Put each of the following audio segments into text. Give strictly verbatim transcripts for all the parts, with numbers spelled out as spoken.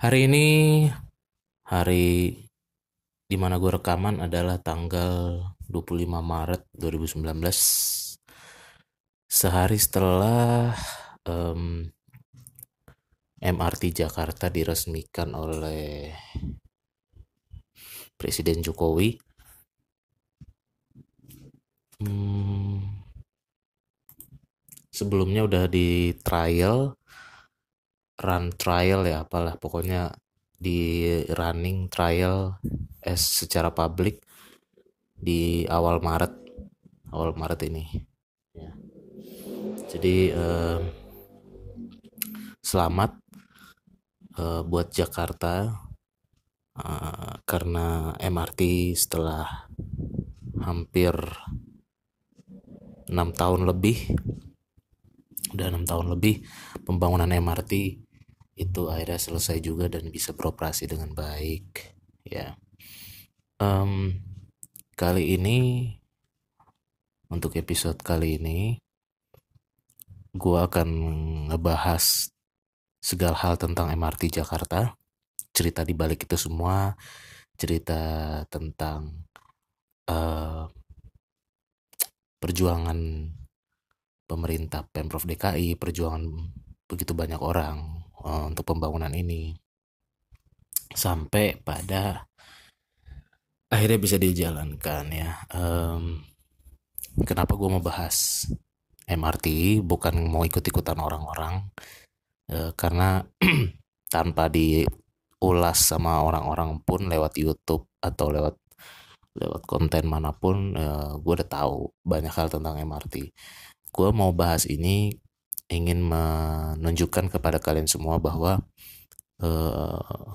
Hari ini hari di mana gue rekaman adalah tanggal dua puluh lima Maret dua ribu sembilan belas. Sehari setelah em, M R T Jakarta diresmikan oleh Presiden Jokowi. Hmm, Sebelumnya udah di trial, run trial ya apalah pokoknya di running trial es secara publik di awal Maret, awal Maret ini. Ya. Jadi em, selamat eh, buat Jakarta eh, karena M R T setelah hampir enam tahun lebih, udah enam tahun lebih pembangunan M R T itu akhirnya selesai juga dan bisa beroperasi dengan baik. Ya, Em, kali ini untuk episode kali ini gua akan ngebahas segala hal tentang M R T Jakarta, cerita di balik itu semua, cerita tentang eh, perjuangan pemerintah Pemprov D K I, perjuangan begitu banyak orang eh, untuk pembangunan ini sampai pada akhirnya bisa dijalankan ya. Em, kenapa gue mau bahas M R T? Bukan mau ikut-ikutan orang-orang, eh, karena tanpa diulas sama orang-orang pun lewat YouTube atau lewat lewat konten manapun, eh, gue udah tahu banyak hal tentang M R T. Gue mau bahas ini ingin menunjukkan kepada kalian semua bahwa eh,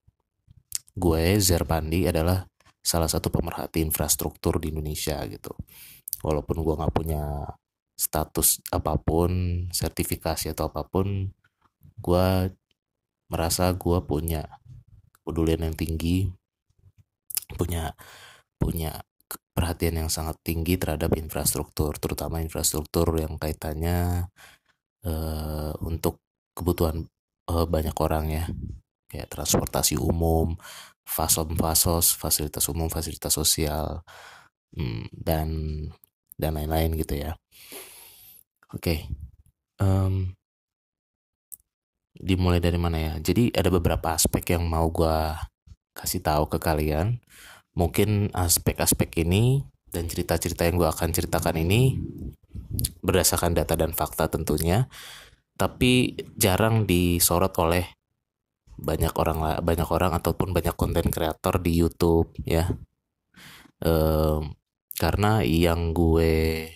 gue Zerbandi adalah salah satu pemerhati infrastruktur di Indonesia gitu. Walaupun gue nggak punya status apapun, sertifikasi atau apapun, gue merasa gue punya kepedulian yang tinggi, punya punya perhatian yang sangat tinggi terhadap infrastruktur, terutama infrastruktur yang kaitannya eh, untuk kebutuhan eh, banyak orang ya, kayak transportasi umum, fasos-fasos, fasilitas umum, fasilitas sosial, hmm, dan dan lain-lain gitu ya. Oke, em, dimulai dari mana ya? Jadi ada beberapa aspek yang mau gue kasih tahu ke kalian. Mungkin aspek-aspek ini dan cerita-cerita yang gue akan ceritakan ini berdasarkan data dan fakta tentunya, tapi jarang disorot oleh banyak orang banyak orang ataupun banyak konten kreator di YouTube ya. Em, karena yang gue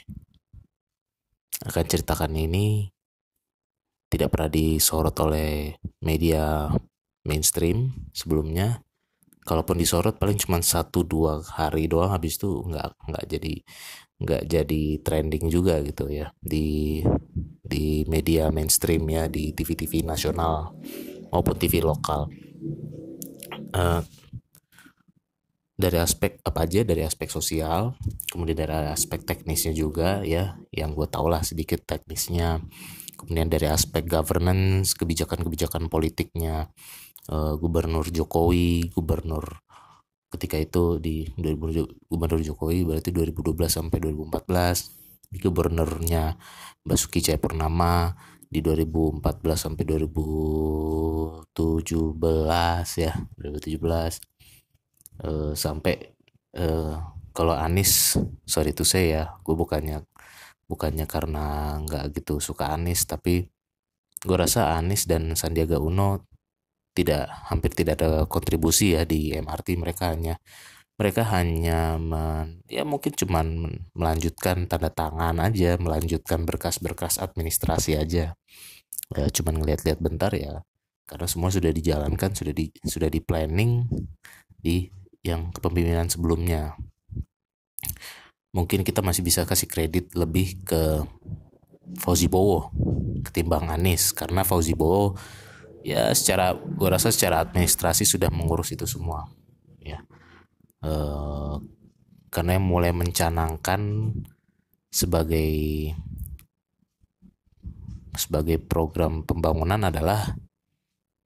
akan ceritakan ini tidak pernah disorot oleh media mainstream sebelumnya. Kalaupun disorot paling cuma satu dua hari doang, habis itu nggak nggak jadi nggak jadi trending juga gitu ya di di media mainstream ya, di T V-T V nasional maupun T V lokal. Eh, dari aspek apa aja, dari aspek sosial, kemudian dari aspek teknisnya juga ya, yang gue tau lah sedikit teknisnya, kemudian dari aspek governance, kebijakan-kebijakan politiknya eh, Gubernur Jokowi, Gubernur ketika itu di dua ribu, Gubernur Jokowi berarti dua ribu dua belas sampai dua ribu empat belas, di Gubernurnya Basuki Cahayapurnama di dua ribu empat belas sampai dua ribu tujuh belas ya, dua ribu tujuh belas. Eh, sampai eh, kalau Anis, sorry itu saya ya, gue bukannya bukannya karena nggak gitu suka Anis, tapi gue rasa Anis dan Sandiaga Uno tidak hampir tidak ada kontribusi ya di M R T. Mereka hanya mereka hanya men, ya mungkin cuman melanjutkan tanda tangan aja, melanjutkan berkas-berkas administrasi aja, ya, cuman ngeliat-liat bentar ya, karena semua sudah dijalankan, sudah di sudah di planning di yang kepemimpinan sebelumnya. Mungkin kita masih bisa kasih kredit lebih ke Fauzi Bowo ketimbang Anies, karena Fauzi Bowo ya secara gue rasa secara administrasi sudah mengurus itu semua ya. Eh, karena yang mulai mencanangkan sebagai sebagai program pembangunan adalah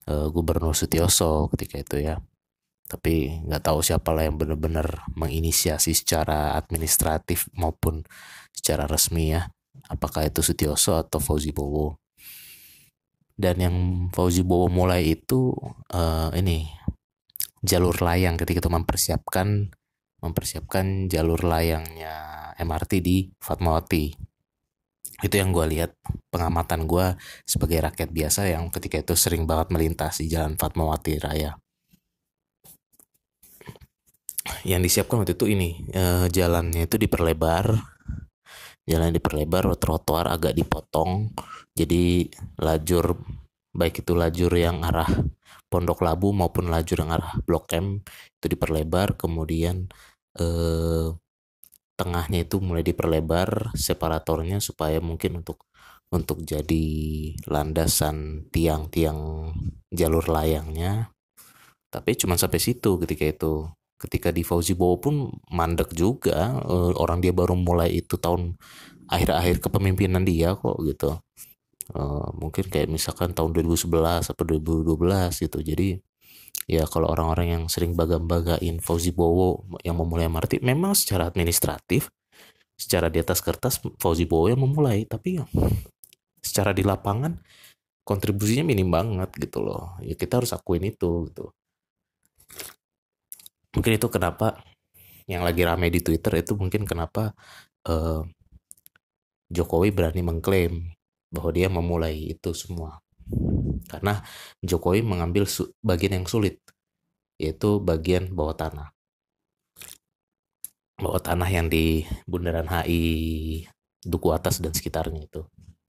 uh, Gubernur Sutioso ketika itu ya. Tapi nggak tahu siapa lah yang benar-benar menginisiasi secara administratif maupun secara resmi ya. Apakah itu Sutioso atau Fauzi Bowo? Dan yang Fauzi Bowo mulai itu uh, ini jalur layang ketika itu mempersiapkan mempersiapkan jalur layangnya M R T di Fatmawati. Itu yang gue lihat, pengamatan gue sebagai rakyat biasa yang ketika itu sering banget melintasi jalan Fatmawati Raya. Yang disiapkan waktu itu ini eh, jalannya itu diperlebar, jalan diperlebar, trotoar agak dipotong, jadi lajur baik itu lajur yang arah Pondok Labu maupun lajur yang arah Blok M itu diperlebar, kemudian eh, tengahnya itu mulai diperlebar separatornya supaya mungkin untuk untuk jadi landasan tiang-tiang jalur layangnya. Tapi cuma sampai situ ketika itu. Ketika di Fauzi Bowo pun mandek juga, orang dia baru mulai itu tahun akhir-akhir kepemimpinan dia kok gitu. Uh, mungkin kayak misalkan tahun dua ribu sebelas atau dua ribu dua belas gitu. Jadi ya kalau orang-orang yang sering baga-bagain Fauzi Bowo yang memulai M R T, memang secara administratif, secara di atas kertas Fauzi Bowo yang memulai, tapi ya, secara di lapangan kontribusinya minim banget gitu loh. Ya kita harus akuin itu gitu. Mungkin itu kenapa yang lagi ramai di Twitter itu mungkin kenapa uh, Jokowi berani mengklaim bahwa dia memulai itu semua. Karena Jokowi mengambil su- bagian yang sulit, yaitu bagian bawah tanah. Bawah tanah yang di Bundaran H I, Duku Atas dan sekitarnya itu.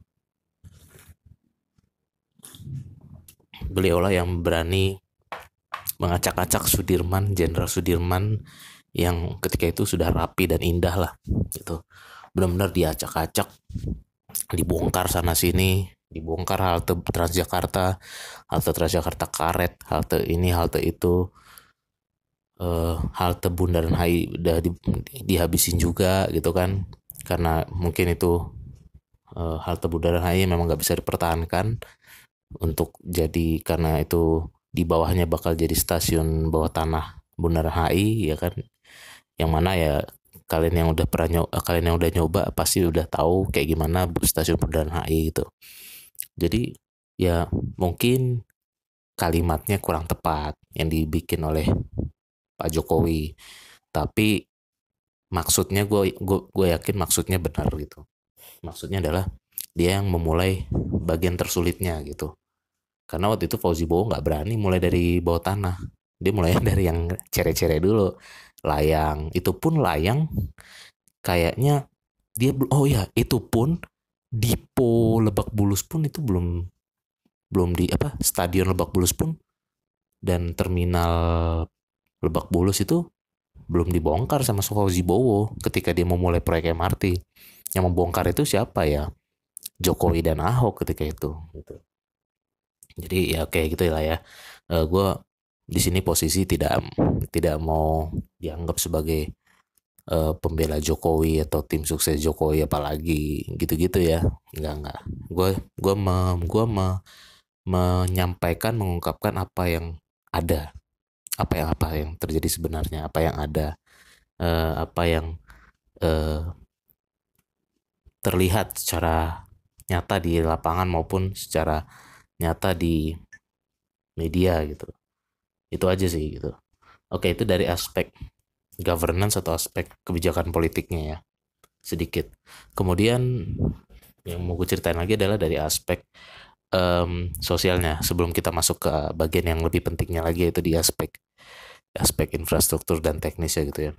Beliaulah yang berani mengacak-acak Sudirman, Jenderal Sudirman yang ketika itu sudah rapi dan indah lah gitu. Benar-benar diacak-acak, dibongkar sana sini, dibongkar halte Transjakarta, halte Transjakarta karet, halte ini, halte itu, uh, halte Bundaran H I udah di, dihabisin juga gitu kan, karena mungkin itu uh, halte Bundaran H I memang nggak bisa dipertahankan untuk jadi, karena itu di bawahnya bakal jadi stasiun bawah tanah Bundaran H I ya kan, yang mana ya kalian yang udah pernah nyoba, kalian yang udah nyoba pasti udah tahu kayak gimana stasiun Bundaran H I itu. Jadi ya mungkin kalimatnya kurang tepat yang dibikin oleh Pak Jokowi, tapi maksudnya gue gue yakin maksudnya benar gitu. Maksudnya adalah dia yang memulai bagian tersulitnya gitu. Karena waktu itu Fauzi Bowo nggak berani mulai dari bawah tanah, dia mulai dari yang cere-cere dulu, layang. Itu pun layang kayaknya dia, oh ya itu pun Dipo Lebak Bulus pun itu belum belum di apa, stadion Lebak Bulus pun dan terminal Lebak Bulus itu belum dibongkar sama Fauzi Bowo ketika dia memulai proyek M R T. Yang membongkar itu siapa ya? Jokowi dan Ahok ketika itu gitu. Jadi ya kayak gitu lah ya. Uh, gue di sini posisi tidak tidak mau dianggap sebagai uh, pembela Jokowi atau tim sukses Jokowi apalagi gitu-gitu ya. Enggak enggak. Gue gue me, gue me, menyampaikan, mengungkapkan apa yang ada, apa yang apa yang terjadi sebenarnya, apa yang ada, uh, apa yang uh, terlihat secara nyata di lapangan maupun secara nyata di media gitu. Itu aja sih gitu. Oke, itu dari aspek governance atau aspek kebijakan politiknya ya, sedikit. Kemudian yang mau gue ceritain lagi adalah dari aspek um, sosialnya, sebelum kita masuk ke bagian yang lebih pentingnya lagi, yaitu di aspek aspek infrastruktur dan teknis ya gitu ya.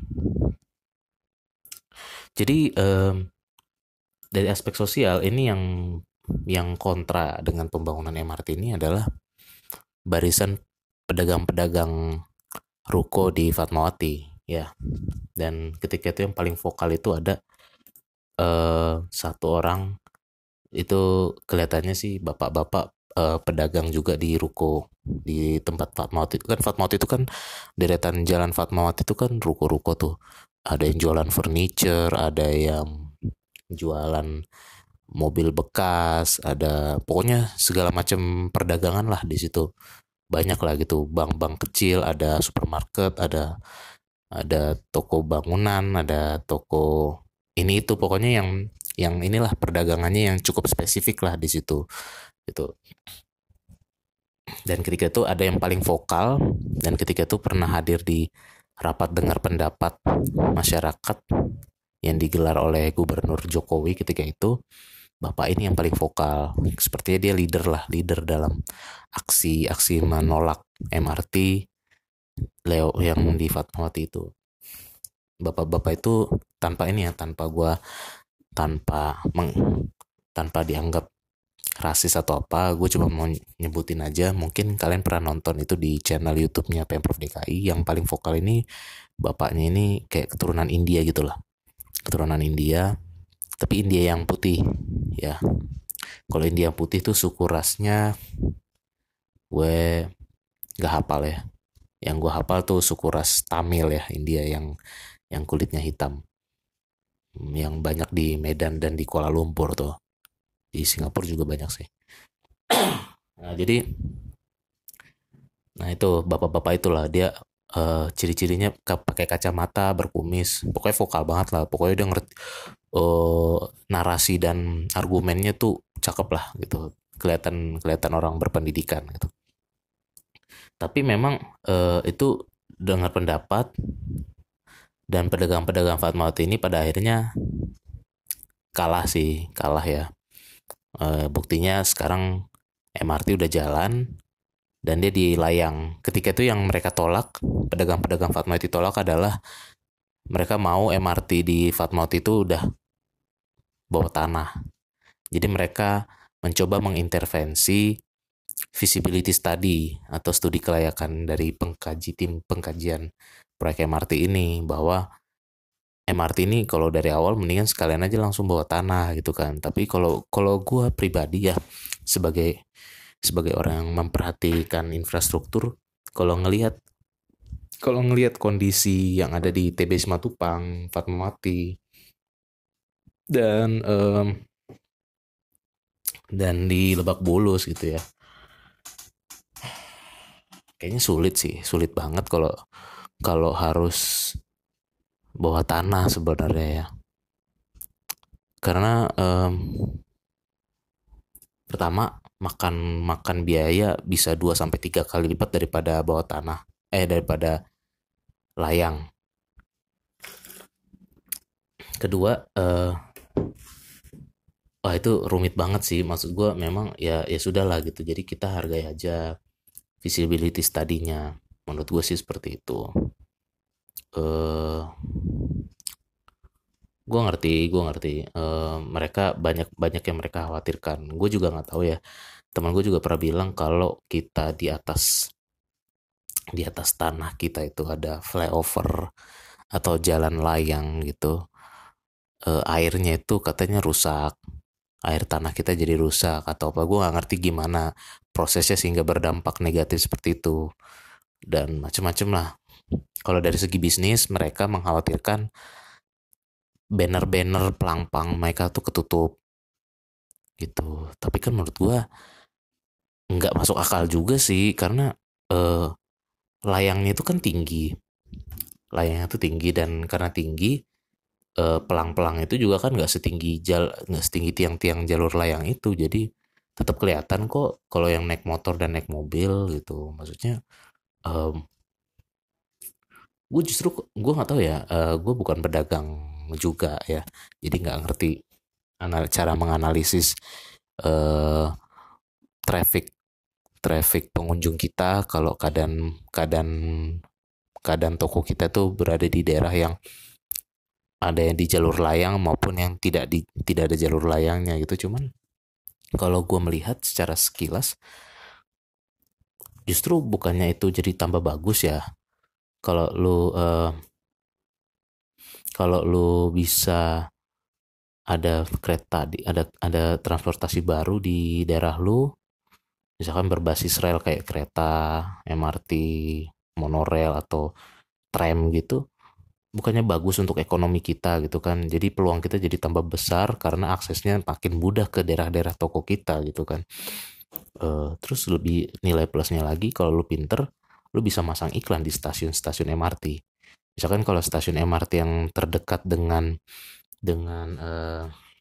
Jadi um, dari aspek sosial ini yang yang kontra dengan pembangunan M R T ini adalah barisan pedagang-pedagang ruko di Fatmawati ya. Dan ketika itu yang paling vokal itu ada uh, satu orang, itu kelihatannya sih bapak-bapak uh, pedagang juga di ruko di tempat Fatmawati. Kan Fatmawati itu kan deretan jalan Fatmawati itu kan ruko-ruko tuh. Ada yang jualan furniture, ada yang jualan mobil bekas, ada pokoknya segala macam perdagangan lah di situ. banyak lah gitu, bank-bank kecil, ada supermarket, ada ada toko bangunan, ada toko ini itu, pokoknya yang yang inilah perdagangannya yang cukup spesifik lah di situ gitu. Dan ketika itu ada yang paling vokal, dan ketika itu pernah hadir di rapat dengar pendapat masyarakat yang digelar oleh Gubernur Jokowi ketika itu. Bapak ini yang paling vokal, sepertinya dia leader lah, leader dalam aksi-aksi menolak M R T Leo yang di Fatmawati itu. Bapak-bapak itu tanpa ini ya, tanpa gua tanpa meng, tanpa dianggap rasis atau apa, gue cuma mau nyebutin aja. Mungkin kalian pernah nonton itu di channel YouTube-nya Pemprov D K I. Yang paling vokal ini bapaknya ini kayak keturunan India gitu lah, keturunan India, tapi India yang putih ya. Kalau India yang putih tuh suku rasnya gue gak hafal ya. Yang gue hafal tuh suku ras Tamil ya, India yang yang kulitnya hitam, yang banyak di Medan dan di Kuala Lumpur tuh. Di Singapura juga banyak sih. Nah jadi, nah itu bapak-bapak itulah dia, uh, ciri-cirinya pakai kacamata, berkumis, pokoknya vokal banget lah. Pokoknya dia ngerti uh, narasi dan argumennya tuh cakep lah gitu. Kelihatan kelihatan orang berpendidikan gitu. Tapi memang uh, itu dengar pendapat, dan pedagang-pedagang Fatmawati ini pada akhirnya kalah sih, kalah ya. E, buktinya sekarang M R T udah jalan dan dia dilayang. Ketika itu yang mereka tolak, pedagang-pedagang Fatmawati tolak adalah mereka mau M R T di Fatmawati itu udah bawah tanah. Jadi mereka mencoba mengintervensi feasibility study atau studi kelayakan dari pengkaji tim pengkajian proyek M R T ini, bahwa M R T ini kalau dari awal mendingan sekalian aja langsung bawah tanah gitu kan. Tapi kalau kalau gue pribadi ya, sebagai sebagai orang yang memperhatikan infrastruktur, kalau ngelihat kalau ngelihat kondisi yang ada di T B Simatupang, Fatmawati, dan um, dan di Lebak Bulus gitu ya, kayaknya sulit sih, sulit banget kalau kalau harus bawah tanah sebenarnya ya. Karena um, pertama makan makan biaya bisa dua sampai tiga kali lipat daripada bawah tanah, eh daripada layang. Kedua, uh, wah itu rumit banget sih. Maksud gue memang ya ya sudah lah gitu. Jadi kita hargai aja feasibility study-nya. Menurut gue sih seperti itu. Uh, gue ngerti, gue ngerti. Uh, mereka banyak banyak yang mereka khawatirkan. Gue juga nggak tahu ya. Teman gue juga pernah bilang kalau kita di atas di atas tanah kita itu ada flyover atau jalan layang gitu. Uh, airnya itu katanya rusak, air tanah kita jadi rusak atau apa, gue nggak ngerti gimana prosesnya sehingga berdampak negatif seperti itu, dan macam-macam lah. Kalau dari segi bisnis, mereka mengkhawatirkan banner-banner pelang-pelang mereka tuh ketutup gitu. Tapi kan menurut gue nggak masuk akal juga sih, karena eh, layangnya itu kan tinggi, layangnya tuh tinggi, dan karena tinggi, eh, pelang-pelang itu juga kan nggak setinggi jal nggak setinggi tiang-tiang jalur layang itu, jadi tetap kelihatan kok kalau yang naik motor dan naik mobil gitu. Maksudnya um, gue justru gue nggak tahu ya, uh, gue bukan pedagang juga ya, jadi nggak ngerti anal cara menganalisis uh, traffic traffic pengunjung kita kalau keadaan keadaan keadaan toko kita tuh berada di daerah yang ada yang di jalur layang maupun yang tidak di tidak ada jalur layangnya gitu. Cuman kalau gue melihat secara sekilas, justru bukannya itu jadi tambah bagus ya. Kalau lu uh, kalau lu bisa ada kereta di ada ada transportasi baru di daerah lu, misalkan berbasis rel kayak kereta, M R T, monorail atau tram gitu, bukannya bagus untuk ekonomi kita gitu kan. Jadi peluang kita jadi tambah besar karena aksesnya makin mudah ke daerah-daerah toko kita gitu kan. Uh, terus lebih nilai plusnya lagi kalau lu pinter, lu bisa masang iklan di stasiun-stasiun M R T. Misalkan kalau stasiun M R T yang terdekat dengan dengan uh,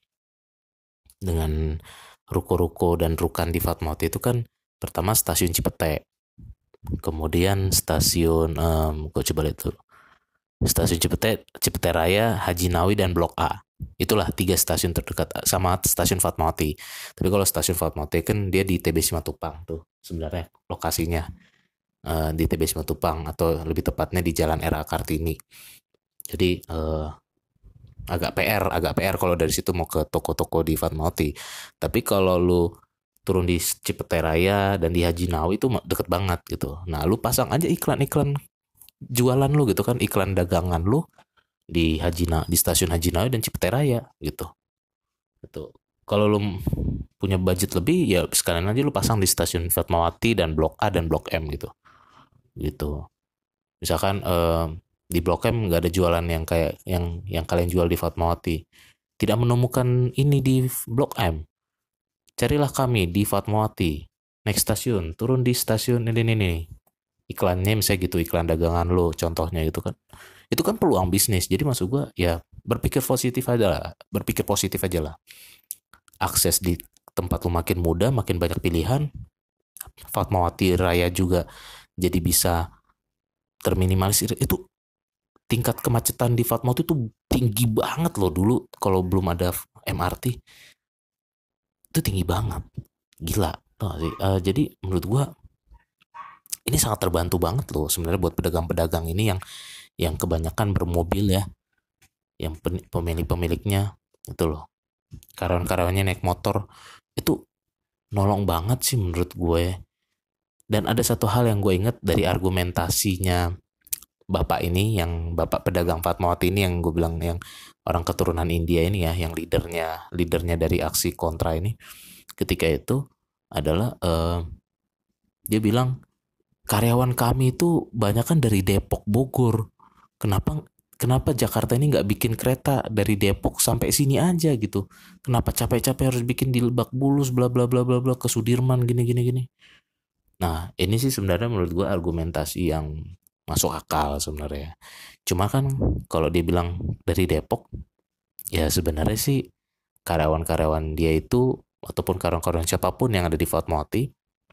dengan ruko-ruko dan rukan di Fatmawati itu kan pertama stasiun Cipete, kemudian stasiun um, gue coba lihat tuh, stasiun Cipete, Cipete Raya, Haji Nawi, dan Blok A. Itulah tiga stasiun terdekat sama stasiun Fatmawati. Tapi kalau stasiun Fatmawati kan dia di T B Simatupang tuh sebenarnya lokasinya, uh, di T B Simatupang atau lebih tepatnya di Jalan R A Kartini. Jadi uh, agak P R, agak P R kalau dari situ mau ke toko-toko di Fatmawati. Tapi kalau lu turun di Cipete Raya dan di Haji Nawi itu deket banget gitu. Nah, lu pasang aja iklan-iklan jualan lu gitu kan, iklan dagangan lu di Haji Na, di stasiun Haji Nawi dan Cipete Raya gitu. Itu. Kalau lu punya budget lebih ya sekalian aja lu pasang di stasiun Fatmawati dan Blok A dan Blok M gitu. Gitu. Misalkan eh, di Blok M nggak ada jualan yang kayak yang yang kalian jual di Fatmawati. Tidak menemukan ini di Blok M. Carilah kami di Fatmawati. Next stasiun, turun di stasiun ini ini. ini. Iklannya misalnya gitu, iklan dagangan lo contohnya gitu kan. Itu kan peluang bisnis. Jadi maksud gue ya berpikir positif aja lah. Berpikir positif aja lah. Akses di tempat lo makin mudah, makin banyak pilihan. Fatmawati Raya juga jadi bisa terminimalisir. Itu tingkat kemacetan di Fatmawati itu tinggi banget loh dulu kalau belum ada M R T. Itu tinggi banget. Gila. Tuh, sih. Uh, jadi menurut gue ini sangat terbantu banget loh sebenarnya buat pedagang-pedagang ini yang yang kebanyakan bermobil ya, yang pemilik-pemiliknya itu loh, karyawan-karyawannya naik motor, itu nolong banget sih menurut gue. Dan ada satu hal yang gue inget dari argumentasinya bapak ini, yang bapak pedagang Fatmawati ini yang gue bilang yang orang keturunan India ini ya, yang leadernya leadernya dari aksi kontra ini, ketika itu adalah uh, dia bilang karyawan kami itu banyak kan dari Depok Bogor. Kenapa kenapa Jakarta ini nggak bikin kereta dari Depok sampai sini aja gitu? Kenapa capek-capek harus bikin di Lebak Bulus bla bla bla bla bla ke Sudirman gini gini gini. Nah, ini sih sebenarnya menurut gue argumentasi yang masuk akal sebenarnya. Cuma kan kalau dia bilang dari Depok, ya sebenarnya sih karyawan-karyawan dia itu ataupun karyawan-karyawan siapapun yang ada di Fatmawati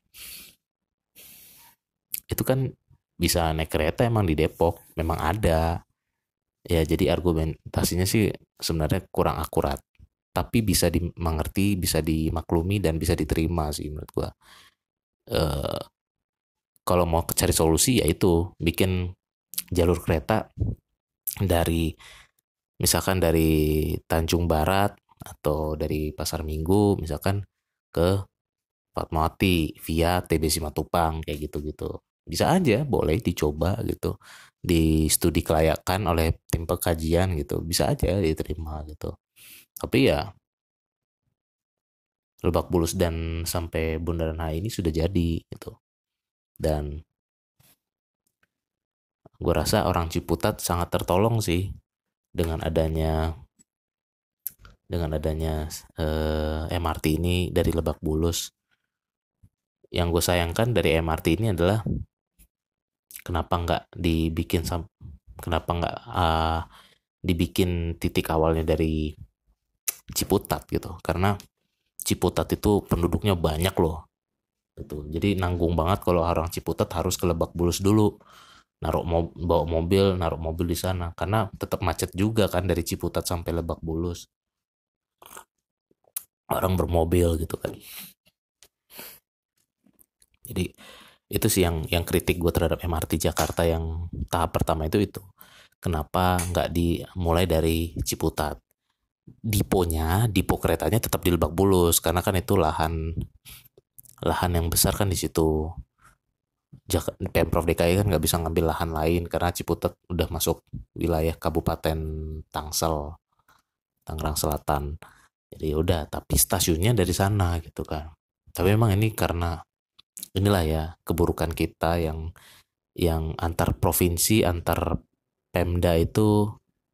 itu kan bisa naik kereta emang di Depok, memang ada. Ya jadi argumentasinya sih sebenarnya kurang akurat. Tapi bisa dimengerti, bisa dimaklumi dan bisa diterima sih menurut gua. Eh kalau mau cari solusi ya itu bikin jalur kereta dari misalkan dari Tanjung Barat atau dari Pasar Minggu misalkan ke Fatmawati via T B Simatupang kayak gitu-gitu. Bisa aja, boleh dicoba gitu. Di studi kelayakan oleh tim pekajian gitu. Bisa aja diterima gitu. Tapi ya Lebak Bulus dan sampai Bundaran H I ini sudah jadi gitu. Dan gue rasa orang Ciputat sangat tertolong sih dengan adanya dengan adanya eh, M R T ini dari Lebak Bulus. Yang gue sayangkan dari M R T ini adalah kenapa nggak dibikin kenapa nggak uh, dibikin titik awalnya dari Ciputat gitu, karena Ciputat itu penduduknya banyak loh gitu. Jadi nanggung banget kalau orang Ciputat harus ke Lebak Bulus dulu, naruh mo- bawa mobil naruh mobil di sana, karena tetap macet juga kan dari Ciputat sampai Lebak Bulus, orang bermobil gitu kan. Jadi itu sih yang yang kritik gue terhadap M R T Jakarta yang tahap pertama itu itu kenapa nggak dimulai dari Ciputat, diponya dipo keretanya tetap di Lebak Bulus karena kan itu lahan lahan yang besar kan di situ. Pemprov D K I kan nggak bisa ngambil lahan lain karena Ciputat udah masuk wilayah Kabupaten Tangsel, Tangerang Selatan. Jadi udah, tapi stasiunnya dari sana gitu kan. Tapi memang ini karena inilah ya keburukan kita yang yang antar provinsi, antar Pemda itu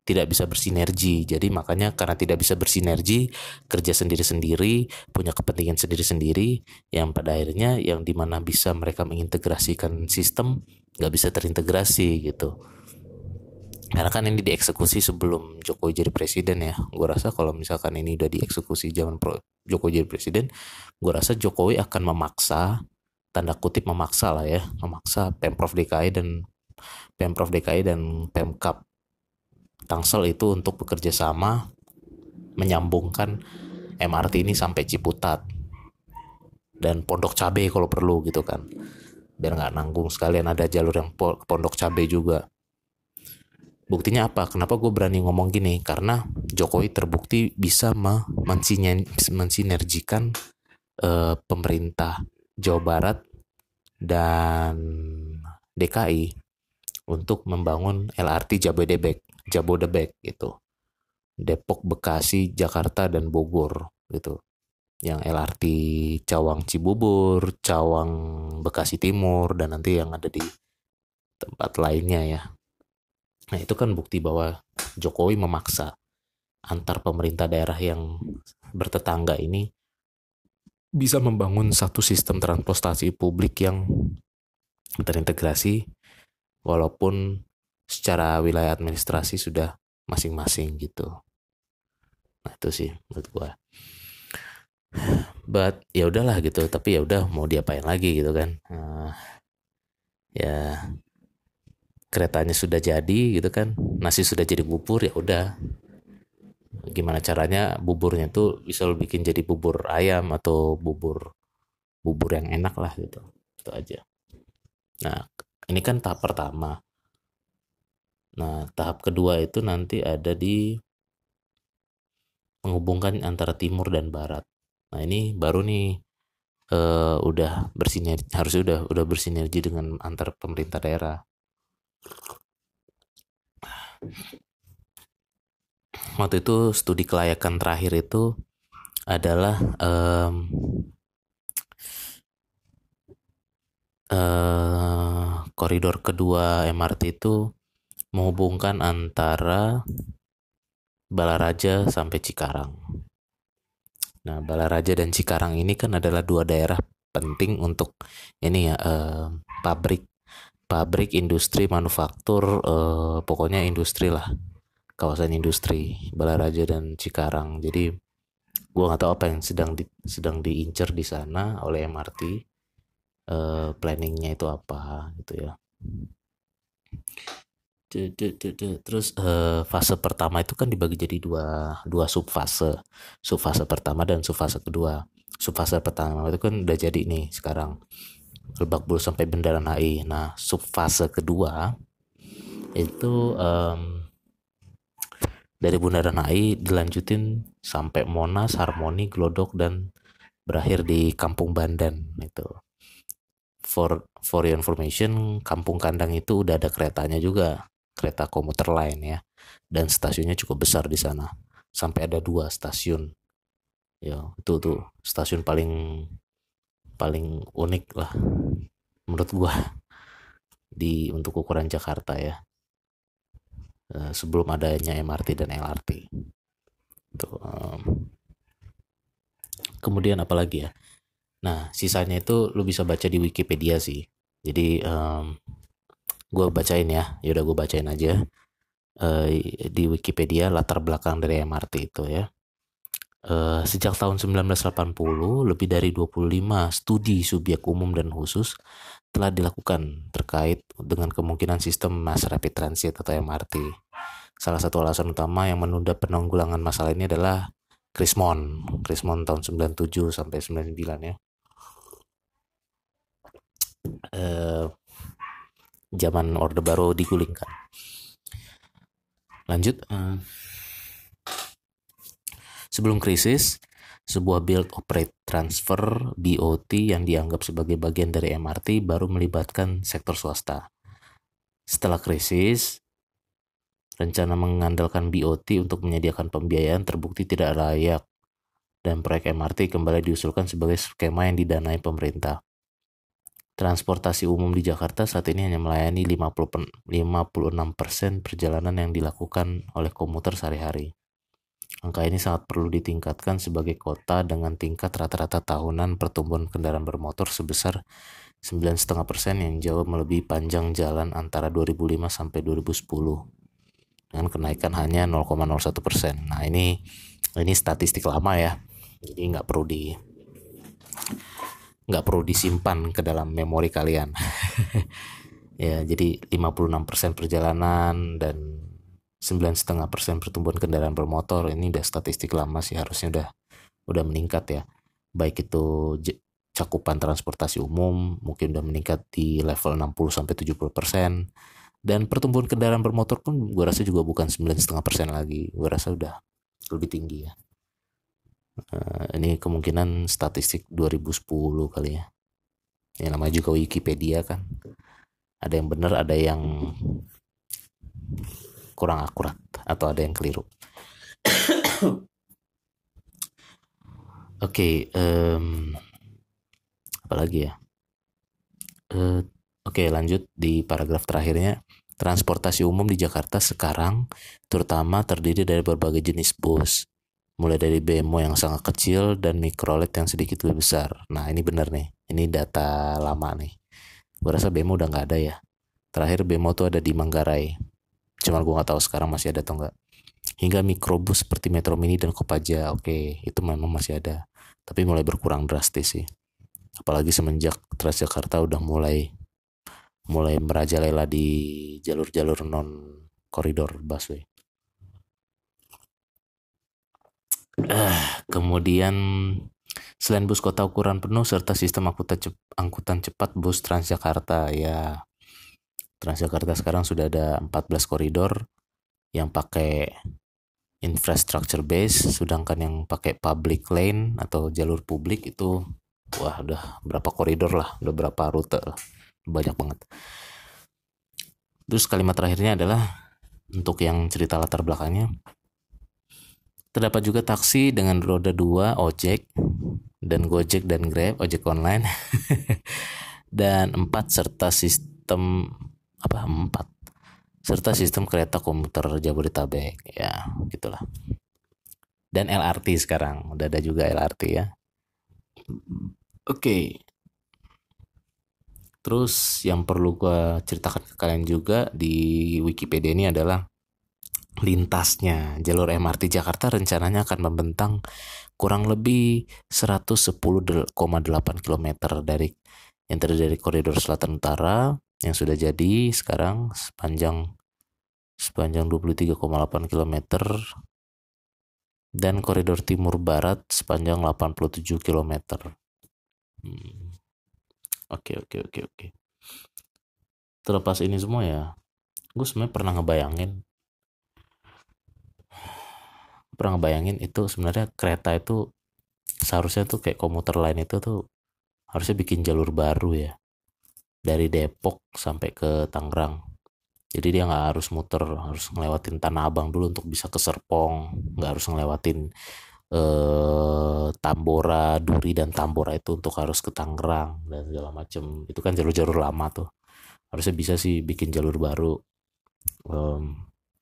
tidak bisa bersinergi. Jadi makanya karena tidak bisa bersinergi, kerja sendiri-sendiri, punya kepentingan sendiri-sendiri, yang pada akhirnya yang dimana bisa mereka mengintegrasikan sistem nggak bisa terintegrasi gitu. Karena kan ini dieksekusi sebelum Jokowi jadi presiden ya. Gue rasa kalau misalkan ini udah dieksekusi zaman Pro, Jokowi jadi presiden, gue rasa Jokowi akan memaksa, tanda kutip memaksa lah ya, memaksa Pemprov D K I dan Pemprov D K I dan Pemkap Tangsel itu untuk bekerja sama menyambungkan M R T ini sampai Ciputat dan Pondok Cabe kalau perlu gitu kan, biar nggak nanggung, sekalian ada jalur yang Pondok Cabe juga. Buktinya apa? Kenapa gue berani ngomong gini? Karena Jokowi terbukti bisa mensinergikan eh, pemerintah Jawa Barat dan D K I untuk membangun L R T Jabodebek, Jabodebek gitu. Depok, Bekasi, Jakarta dan Bogor gitu. Yang L R T Cawang Cibubur, Cawang Bekasi Timur, dan nanti yang ada di tempat lainnya ya. Nah itu kan bukti bahwa Jokowi memaksa antar pemerintah daerah yang bertetangga ini bisa membangun satu sistem transportasi publik yang terintegrasi walaupun secara wilayah administrasi sudah masing-masing gitu. Nah itu sih menurut gue. But ya udahlah gitu, tapi ya udah mau diapain lagi gitu kan. Uh, ya keretanya sudah jadi gitu kan, nasi sudah jadi bubur, ya udah gimana caranya buburnya tuh bisa lo bikin jadi bubur ayam atau bubur bubur yang enak lah gitu, itu aja. Nah ini kan tahap pertama. Nah tahap kedua itu nanti ada di menghubungkan antara timur dan barat. Nah ini baru nih uh, udah bersinergi, harusnya udah udah bersinergi dengan antar pemerintah daerah. Waktu itu studi kelayakan terakhir itu adalah um, uh, koridor kedua M R T itu menghubungkan antara Balaraja sampai Cikarang. Nah, Balaraja dan Cikarang ini kan adalah dua daerah penting untuk ini ya, uh, pabrik pabrik industri manufaktur, uh, pokoknya industri lah, kawasan industri Balaraja dan Cikarang. Jadi gue nggak tahu apa yang sedang di, sedang diincar di sana oleh M R T, uh, planningnya itu apa gitu ya. Terus uh, fase pertama itu kan dibagi jadi dua dua subfase, subfase pertama dan subfase kedua. Subfase pertama itu kan udah jadi nih sekarang, Lebak Bulus sampai Bundaran H I. Nah subfase kedua itu um, dari Bundaran H I dilanjutin sampai Monas, Harmoni, Glodok, dan berakhir di Kampung Bandan itu. For for your information, Kampung Kandang itu udah ada keretanya juga, kereta komuter lain ya, dan stasiunnya cukup besar di sana, sampai ada dua stasiun. Ya itu tuh stasiun paling paling unik lah menurut gua di untuk ukuran Jakarta ya, sebelum adanya M R T dan L R T. Tuh, um, kemudian apa lagi ya? Nah sisanya itu lu bisa baca di Wikipedia sih. Jadi um, gue bacain ya, yaudah gue bacain aja uh, di Wikipedia latar belakang dari M R T itu ya. Uh, sejak tahun sembilan belas delapan puluh, lebih dari dua puluh lima studi subjek umum dan khusus telah dilakukan terkait dengan kemungkinan sistem mass rapid transit atau M R T. Salah satu alasan utama yang menunda penanggulangan masalah ini adalah Krismon. Krismon tahun sembilan puluh tujuh sampai sembilan puluh sembilan ya. Uh, zaman Orde Baru digulingkan. Lanjut. Uh, sebelum krisis, sebuah build operate transfer B O T yang dianggap sebagai bagian dari M R T baru melibatkan sektor swasta. Setelah krisis, rencana mengandalkan B O T untuk menyediakan pembiayaan terbukti tidak layak, dan proyek M R T kembali diusulkan sebagai skema yang didanai pemerintah. transportasi umum di Jakarta saat ini hanya melayani lima puluh enam persen perjalanan yang dilakukan oleh komuter sehari-hari. Angka ini sangat perlu ditingkatkan sebagai kota dengan tingkat rata-rata tahunan pertumbuhan kendaraan bermotor sebesar sembilan koma lima persen yang jauh melebihi panjang jalan antara dua ribu lima sampai dua ribu sepuluh dengan kenaikan hanya nol koma nol satu persen. Nah ini ini statistik lama ya, jadi nggak perlu di nggak perlu disimpan ke dalam memori kalian. Ya, jadi lima puluh enam persen perjalanan dan sembilan koma lima persen pertumbuhan kendaraan bermotor, ini udah statistik lama sih, harusnya udah udah meningkat ya. Baik itu j- cakupan transportasi umum mungkin udah meningkat di level enam puluh sampai tujuh puluh persen, dan pertumbuhan kendaraan bermotor pun gue rasa juga bukan sembilan koma lima persen lagi, gue rasa udah lebih tinggi ya. Uh, ini kemungkinan statistik dua ribu sepuluh kali ya. Yang namanya juga Wikipedia kan. Ada yang benar, ada yang kurang akurat, atau ada yang keliru. Oke, okay, um, apa lagi ya? Uh, Oke, okay, lanjut di paragraf terakhirnya. Transportasi umum di Jakarta sekarang terutama terdiri dari berbagai jenis bus, mulai dari bemo yang sangat kecil dan mikrolet yang sedikit lebih besar. Nah ini benar nih, ini data lama nih. Gue rasa bemo udah nggak ada ya. Terakhir bemo tuh ada di Manggarai. Cuma gue nggak tahu sekarang masih ada atau nggak. Hingga mikrobus seperti Metro Mini dan Kopaja, oke itu memang masih ada. Tapi mulai berkurang drastis sih. Apalagi semenjak Transjakarta udah mulai mulai merajalela di jalur-jalur non koridor busway. Uh, kemudian selain bus kota ukuran penuh serta sistem angkutan, cep- angkutan cepat bus Transjakarta ya, Transjakarta sekarang sudah ada empat belas koridor yang pakai infrastructure base, sedangkan yang pakai public lane atau jalur publik itu wah udah berapa koridor lah, udah berapa rute lah, banyak banget. Terus kalimat terakhirnya adalah untuk yang cerita latar belakangnya. Terdapat juga taksi dengan roda dua, ojek, dan Gojek dan Grab, ojek online. Dan empat serta sistem apa empat serta sistem kereta komuter Jabodetabek ya, gitulah. Dan L R T sekarang udah ada juga L R T ya. Oke. Okay. Terus yang perlu gue ceritakan ke kalian juga di Wikipedia ini adalah lintasnya. Jalur M R T Jakarta rencananya akan membentang kurang lebih seratus sepuluh koma delapan kilometer dari yang terdiri dari koridor selatan utara yang sudah jadi sekarang sepanjang sepanjang dua puluh tiga koma delapan kilometer dan koridor timur barat sepanjang delapan puluh tujuh kilometer. Hmm. Oke oke oke oke. Terlepas ini semua ya, gue sebenarnya pernah ngebayangin pernah ngebayangin itu sebenarnya kereta itu seharusnya tuh kayak komuter lain itu tuh harusnya bikin jalur baru ya dari Depok sampai ke Tangerang. Jadi dia nggak harus muter, harus ngelewatin Tanah Abang dulu untuk bisa ke Serpong, nggak harus ngelewatin eh, Tambora, Duri dan Tambora itu untuk harus ke Tangerang dan segala macem. Itu kan jalur-jalur lama tuh. Harusnya bisa sih bikin jalur baru. Um,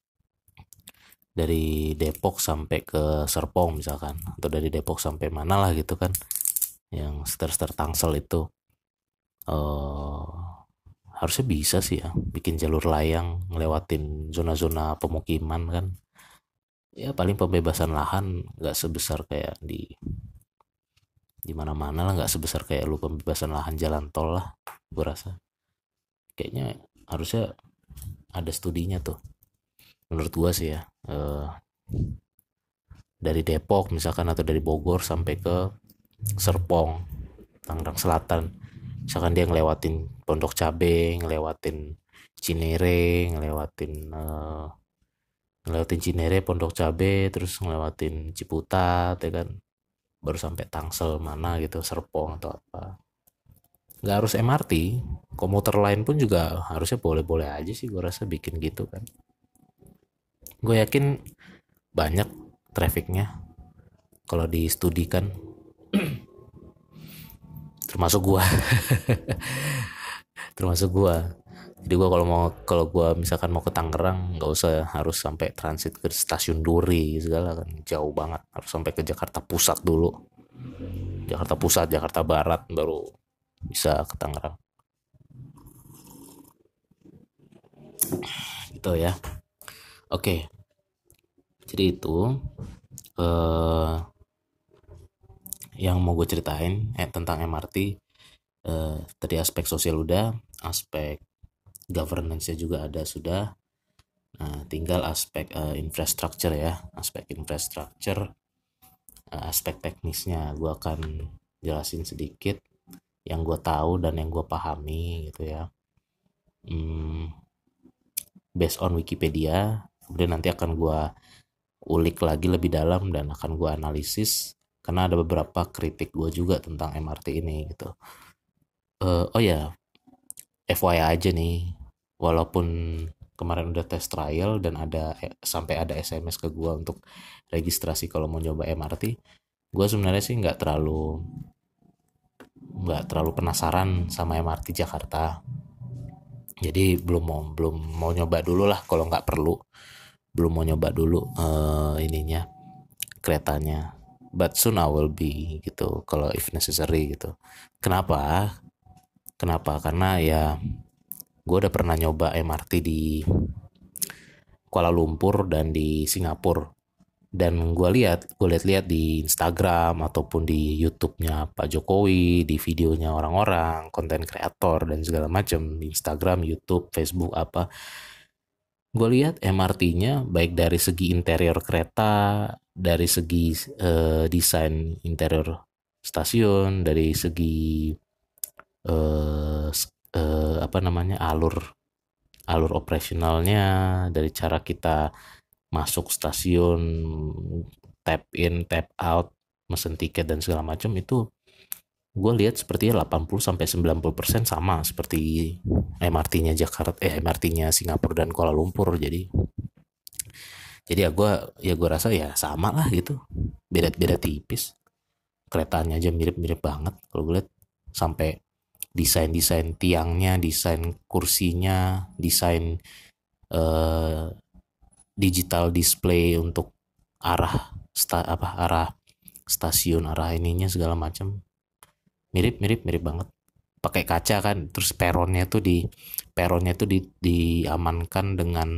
dari Depok sampai ke Serpong misalkan, atau dari Depok sampai mana lah gitu kan, yang seter-seter Tangsel itu uh, harusnya bisa sih ya bikin jalur layang ngelewatin zona-zona pemukiman kan ya, paling pembebasan lahan nggak sebesar kayak di di mana-mana lah, nggak sebesar kayak lu pembebasan lahan jalan tol lah, gue rasa kayaknya harusnya ada studinya tuh menurut gue sih ya. Uh, dari Depok misalkan atau dari Bogor sampai ke Serpong, Tangerang Selatan, misalkan dia ngelewatin Pondok Cabe, ngelewatin Cinere, ngelewatin uh, ngelewatin Cinere, Pondok Cabe, terus ngelewatin Ciputat ya kan, baru sampai Tangsel mana gitu, Serpong atau apa. Nggak harus M R T, komuter lain pun juga harusnya boleh-boleh aja sih, gue rasa bikin gitu kan. Gue yakin banyak trafficnya kalau distudikan termasuk gua. termasuk gue. Jadi gue kalau mau kalau gue misalkan mau ke Tangerang nggak usah harus sampai transit ke stasiun Duri segala kan, jauh banget, harus sampai ke Jakarta Pusat dulu, Jakarta Pusat Jakarta Barat baru bisa ke Tangerang gitu ya. Oke, jadi itu eh, yang mau gue ceritain eh, tentang M R T. Eh, tadi aspek sosial udah, aspek governance-nya juga ada sudah. Nah, tinggal aspek eh, infrastructure ya, aspek infrastructure, eh, aspek teknisnya. Gue akan jelasin sedikit yang gue tahu dan yang gue pahami gitu ya. Hmm, based on Wikipedia, kemudian nanti akan gue ulik lagi lebih dalam dan akan gue analisis karena ada beberapa kritik gue juga tentang M R T ini gitu. Uh, oh ya, F Y I aja nih, walaupun kemarin udah test trial dan ada eh, sampai ada S M S ke gue untuk registrasi kalau mau nyoba M R T, gue sebenarnya sih nggak terlalu nggak terlalu penasaran sama M R T Jakarta. Jadi belum mau belum mau nyoba dulu lah kalau nggak perlu, belum mau nyoba dulu uh, ininya keretanya. But soon I will be gitu kalau if necessary gitu. Kenapa? Kenapa? Karena ya gue udah pernah nyoba M R T di Kuala Lumpur dan di Singapura, dan gue lihat gue lihat-lihat di Instagram ataupun di YouTube-nya Pak Jokowi, di videonya orang-orang konten kreator dan segala macam di Instagram, YouTube, Facebook apa, gue lihat M R T-nya baik dari segi interior kereta, dari segi eh, desain interior stasiun, dari segi eh, eh, apa namanya alur alur operasionalnya, dari cara kita masuk stasiun, tap in, tap out, mesen tiket dan segala macam itu gue lihat sepertinya delapan puluh sampai sembilan puluh persen sama seperti M R T-nya Jakarta eh M R T-nya Singapura dan Kuala Lumpur. Jadi jadi ya gue ya gue rasa ya sama lah gitu. Beda-beda tipis. Keretanya aja mirip-mirip banget kalau gue lihat, sampai desain-desain tiangnya, desain kursinya, desain eh, digital display untuk arah sta, apa arah stasiun, arah ininya segala macam mirip mirip mirip banget. Pakai kaca kan, terus peronnya tuh di peronnya tuh di, diamankan dengan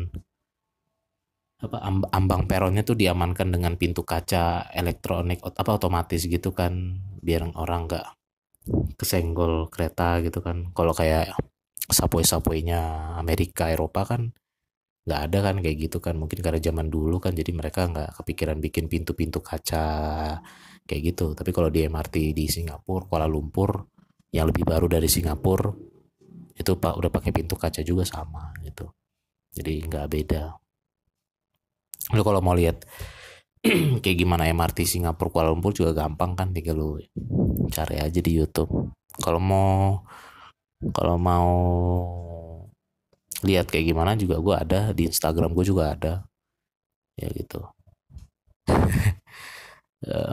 apa ambang peronnya tuh diamankan dengan pintu kaca elektronik apa otomatis gitu kan, biar orang nggak kesenggol kereta gitu kan. Kalau kayak subway-subwaynya Amerika Eropa kan nggak ada kan kayak gitu kan, mungkin karena zaman dulu kan jadi mereka nggak kepikiran bikin pintu-pintu kaca kayak gitu. Tapi kalau di M R T di Singapura, Kuala Lumpur yang lebih baru dari Singapura itu pak udah pakai pintu kaca juga sama gitu, jadi nggak beda. Lu kalau mau lihat kayak gimana M R T Singapura Kuala Lumpur juga gampang kan, tinggal lu cari aja di YouTube. Kalau mau kalau mau lihat kayak gimana juga gue ada di Instagram, gue juga ada ya gitu. uh,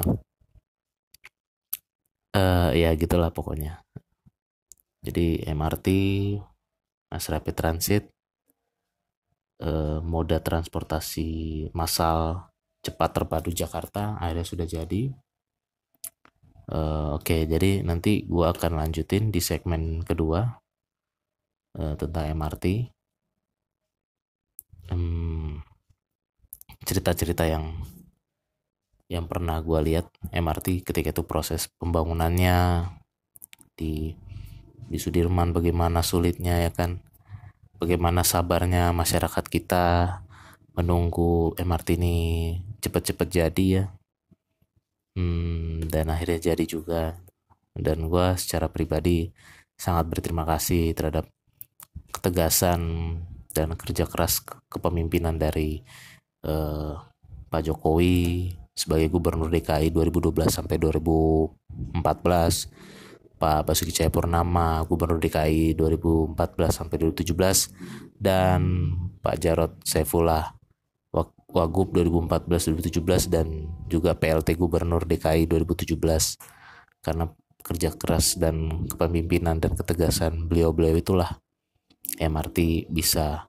uh, ya gitulah pokoknya. Jadi M R T, Mass Rapid Transit, uh, moda transportasi massal cepat terpadu Jakarta akhirnya sudah jadi. Uh, Oke, okay, jadi nanti gue akan lanjutin di segmen kedua uh, tentang M R T. Hmm, cerita-cerita yang yang pernah gue lihat M R T ketika itu proses pembangunannya di di Sudirman, bagaimana sulitnya ya kan, bagaimana sabarnya masyarakat kita menunggu M R T ini cepet-cepet jadi ya. Hmm, dan akhirnya jadi juga. Dan gue secara pribadi sangat berterima kasih terhadap ketegasan dan kerja keras kepemimpinan dari uh, Pak Jokowi sebagai Gubernur D K I dua ribu dua belas sampai dua ribu empat belas, Pak Basuki Cahayapurnama Gubernur D K I dua ribu empat belas sampai dua ribu tujuh belas, dan Pak Jarod Saifullah Wagub dua ribu empat belas dua ribu tujuh belas, dan juga P L T Gubernur D K I dua ribu tujuh belas. Karena kerja keras dan kepemimpinan dan ketegasan beliau-beliau itulah M R T bisa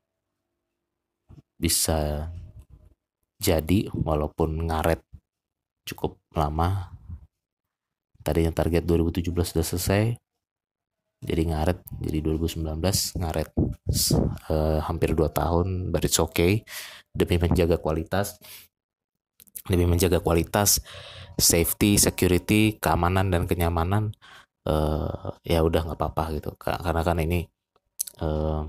bisa jadi walaupun ngaret cukup lama. Tadinya target dua ribu tujuh belas sudah selesai, jadi ngaret, jadi dua ribu sembilan belas ngaret. Uh, hampir dua tahun, but it's okay, demi menjaga kualitas demi menjaga kualitas, safety, security, keamanan dan kenyamanan. Uh, ya udah nggak apa-apa gitu, karena kan ini uh,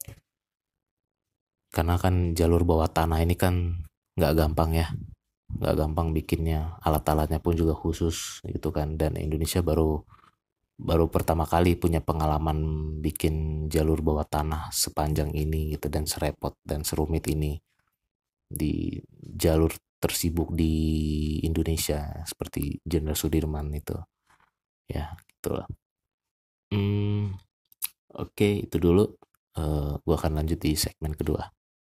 karena kan jalur bawah tanah ini kan nggak gampang ya, nggak gampang bikinnya, alat-alatnya pun juga khusus gitu kan, dan Indonesia baru baru pertama kali punya pengalaman bikin jalur bawah tanah sepanjang ini gitu, dan serepot dan serumit ini di jalur tersibuk di Indonesia seperti Jenderal Sudirman itu ya, gitulah. hmm, oke okay, itu dulu. uh, gua akan lanjut di segmen kedua.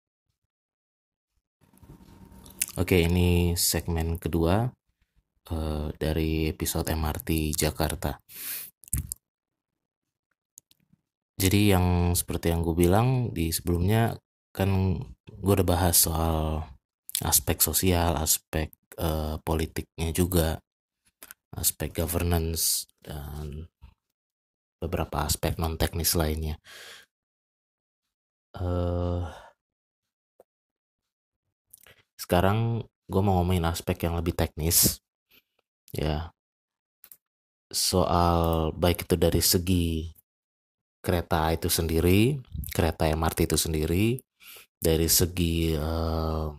Oke, okay, ini segmen kedua uh, dari episode M R T Jakarta. Jadi yang seperti yang gue bilang di sebelumnya, kan gue udah bahas soal aspek sosial, aspek uh, politiknya juga, aspek governance, dan beberapa aspek non teknis lainnya. Uh, sekarang gue mau ngomongin aspek yang lebih teknis, ya, soal baik itu dari segi kereta itu sendiri, kereta M R T itu sendiri, dari segi uh,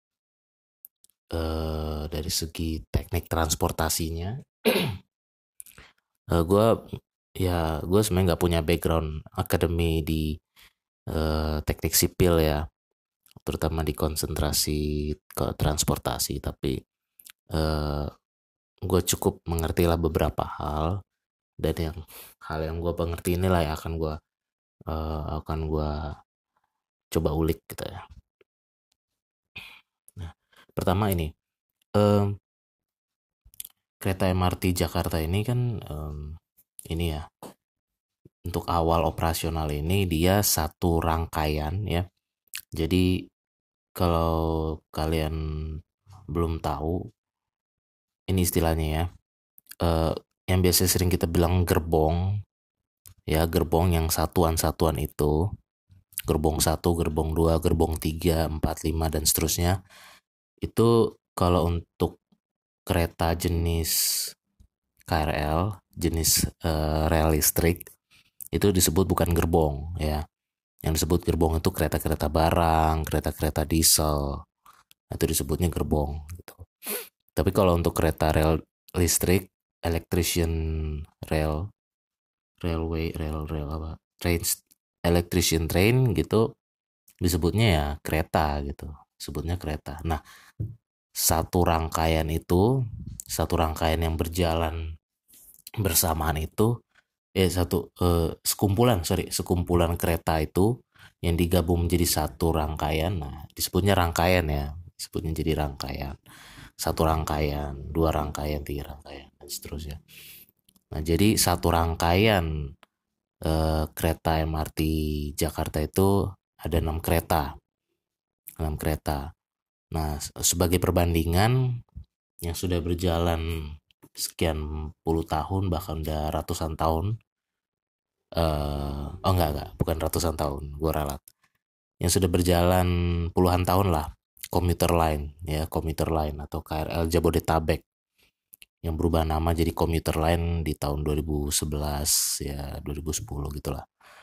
uh, dari segi teknik transportasinya. uh, gue ya gue sebenarnya nggak punya background akademi di uh, teknik sipil ya, terutama di konsentrasi ke transportasi, tapi uh, gue cukup mengerti lah beberapa hal, dan yang hal yang gue mengerti inilah yang akan gue uh, akan gue coba ulik gitu ya. Nah, pertama ini, um, kereta M R T Jakarta ini kan um, ini ya, untuk awal operasional ini dia satu rangkaian ya. Jadi kalau kalian belum tahu, ini istilahnya ya, uh, yang biasa sering kita bilang gerbong ya, gerbong yang satuan-satuan itu, gerbong satu, gerbong dua, gerbong tiga, empat, lima dan seterusnya. Itu kalau untuk kereta jenis K R L, jenis uh, rel listrik, itu disebut bukan gerbong ya. Yang disebut gerbong itu kereta-kereta barang, kereta-kereta diesel, itu disebutnya gerbong gitu. Tapi kalau untuk kereta rel listrik, electrician rail, railway, rail, rail apa, train, electrician train gitu, disebutnya ya kereta gitu, sebutnya kereta. Nah, satu rangkaian itu, satu rangkaian yang berjalan bersamaan itu, eh satu eh, sekumpulan, sorry, sekumpulan kereta itu yang digabung menjadi satu rangkaian. Nah, disebutnya rangkaian ya, disebutnya jadi rangkaian. Satu rangkaian, dua rangkaian, tiga rangkaian, dan seterusnya. Nah, jadi satu rangkaian eh, kereta M R T Jakarta itu ada enam kereta, enam kereta. Nah, sebagai perbandingan, yang sudah berjalan sekian puluh tahun, bahkan udah ratusan tahun, uh, oh enggak enggak, bukan ratusan tahun, gue ralat, yang sudah berjalan puluhan tahun lah, komuter line ya, komuter line atau K R L Jabodetabek, yang berubah nama jadi komuter line di tahun dua ribu sebelas ya, dua ribu sepuluh gitulah.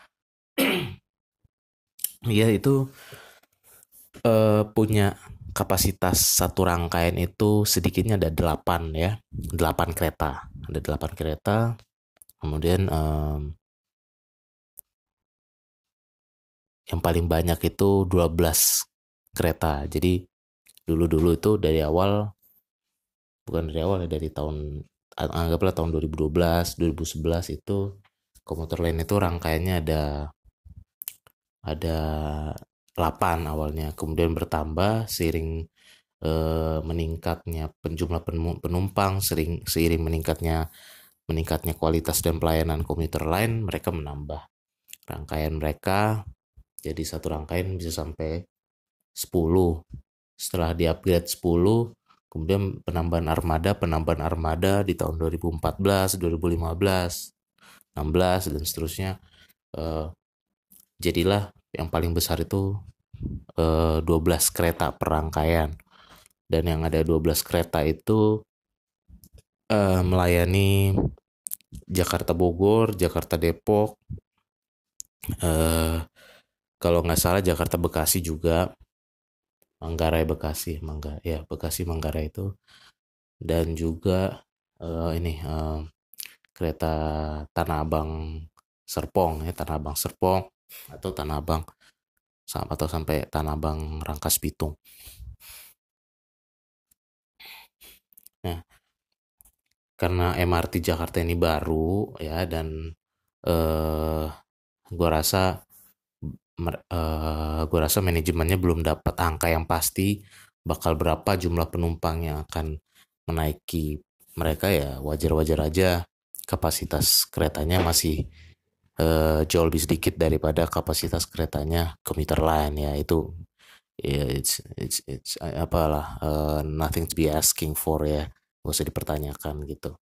Ya itu uh, punya kapasitas satu rangkaian itu sedikitnya ada delapan ya, delapan kereta, ada delapan kereta. Kemudian um, yang paling banyak itu dua belas kereta. Jadi dulu-dulu itu dari awal, bukan dari awal ya, dari tahun, anggaplah tahun dua ribu dua belas, dua ribu sebelas itu komuter lain itu rangkaiannya ada ada delapan awalnya, kemudian bertambah seiring eh, meningkatnya penjumlah penumpang, sering seiring meningkatnya meningkatnya kualitas dan pelayanan komuter lain, mereka menambah rangkaian mereka. Jadi satu rangkaian bisa sampai sepuluh. Setelah di-upgrade sepuluh, kemudian penambahan armada, penambahan armada di tahun dua ribu empat belas, dua ribu lima belas, enam belas dan seterusnya. Eh, jadilah yang paling besar itu eh, dua belas kereta per rangkaian. Dan yang ada dua belas kereta itu eh, melayani Jakarta Bogor, Jakarta Depok, eh, kalau nggak salah Jakarta Bekasi juga, Manggarai Bekasi, Mangga, ya Bekasi Manggarai itu, dan juga eh, ini eh, kereta Tanah Abang Serpong, ya Tanah Abang Serpong atau Tanah Abang atau sampai Tanah Abang Rangkas Bitung. Nah, karena M R T Jakarta ini baru ya, dan eh gua rasa eh gua rasa manajemennya belum dapat angka yang pasti bakal berapa jumlah penumpang yang akan menaiki mereka. Ya wajar-wajar aja, kapasitas keretanya masih eh, jauh lebih sedikit daripada kapasitas keretanya komuter lain ya. Itu ya, it's it's it's eh, apalah, eh, nothing to be asking for ya, gak usah dipertanyakan gitu.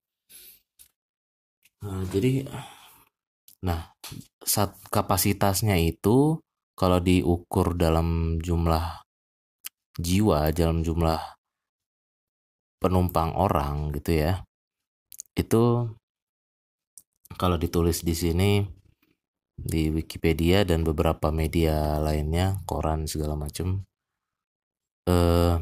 Nah, jadi nah saat kapasitasnya itu kalau diukur dalam jumlah jiwa, dalam jumlah penumpang orang gitu ya, itu kalau ditulis di sini di Wikipedia dan beberapa media lainnya, koran segala macam, eh,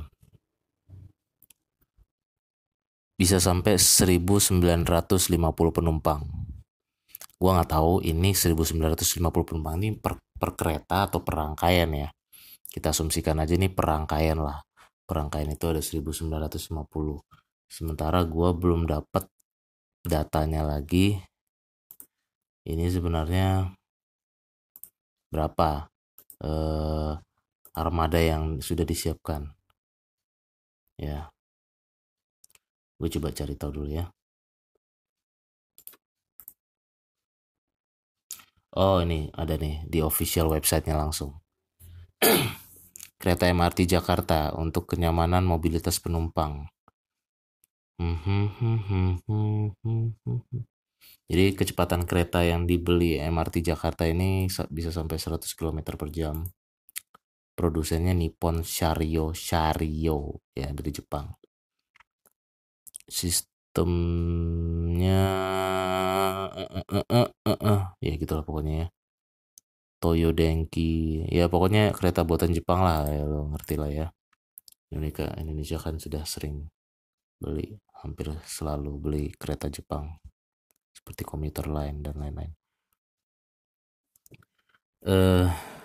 bisa sampai seribu sembilan ratus lima puluh penumpang. Gua nggak tahu ini seribu sembilan ratus lima puluh penumpang ini per, per kereta atau per rangkaian ya. Kita asumsikan aja ini per rangkaian lah. Per rangkaian itu ada seribu sembilan ratus lima puluh. Sementara gua belum dapat datanya lagi. Ini sebenarnya berapa eh, armada yang sudah disiapkan? Ya, gue coba cari tahu dulu ya. Oh ini ada nih di official websitenya langsung. Kereta M R T Jakarta untuk kenyamanan mobilitas penumpang. Jadi kecepatan kereta yang dibeli M R T Jakarta ini bisa sampai seratus kilometer per jam. Produsennya Nippon Sharyo Sharyo ya, dari Jepang. Sistemnya uh, uh, uh, uh, uh. ya gitulah pokoknya ya. Toyo Denki ya, pokoknya kereta buatan Jepang lah ya, lo ngerti lah ya. Indonesia Indonesia kan sudah sering beli, hampir selalu beli kereta Jepang seperti komuter lain dan lain-lain. Eh,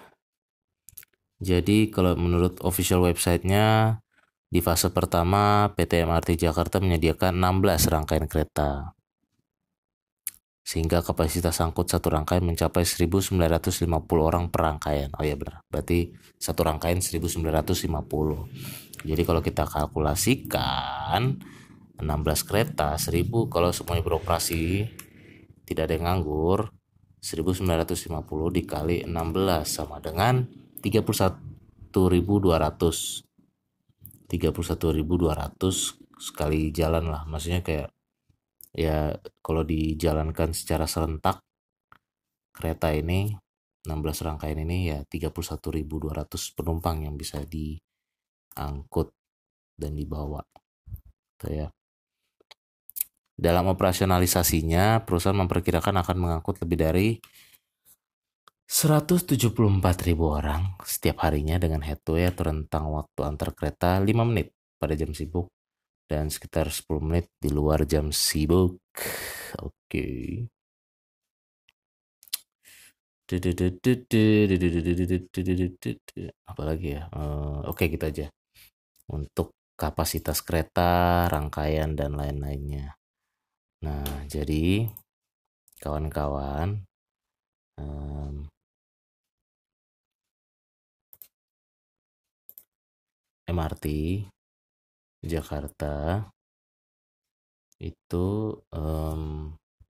jadi kalau menurut official websitenya, di fase pertama P T M R T Jakarta menyediakan enam belas rangkaian kereta, sehingga kapasitas angkut satu rangkaian mencapai seribu sembilan ratus lima puluh orang per rangkaian. Oh ya benar, berarti satu rangkaian seribu sembilan ratus lima puluh. Jadi kalau kita kalkulasikan enam belas kereta, seribu kalau semuanya beroperasi, tidak ada yang nganggur, seribu sembilan ratus lima puluh dikali enam belas sama dengan tiga puluh satu ribu dua ratus. tiga puluh satu ribu dua ratus sekali jalan lah. Maksudnya kayak ya kalau dijalankan secara serentak kereta ini enam belas rangkaian ini ya tiga puluh satu ribu dua ratus penumpang yang bisa diangkut dan dibawa. Tuh ya. Dalam operasionalisasinya, perusahaan memperkirakan akan mengangkut lebih dari seratus tujuh puluh empat ribu orang setiap harinya dengan headway atau rentang waktu antar kereta lima menit pada jam sibuk dan sekitar sepuluh menit di luar jam sibuk. Oke. Apalagi ya? Uh, Oke, kita aja. Untuk kapasitas kereta, rangkaian, dan lain-lainnya. Nah, jadi kawan-kawan, um, M R T Jakarta itu um,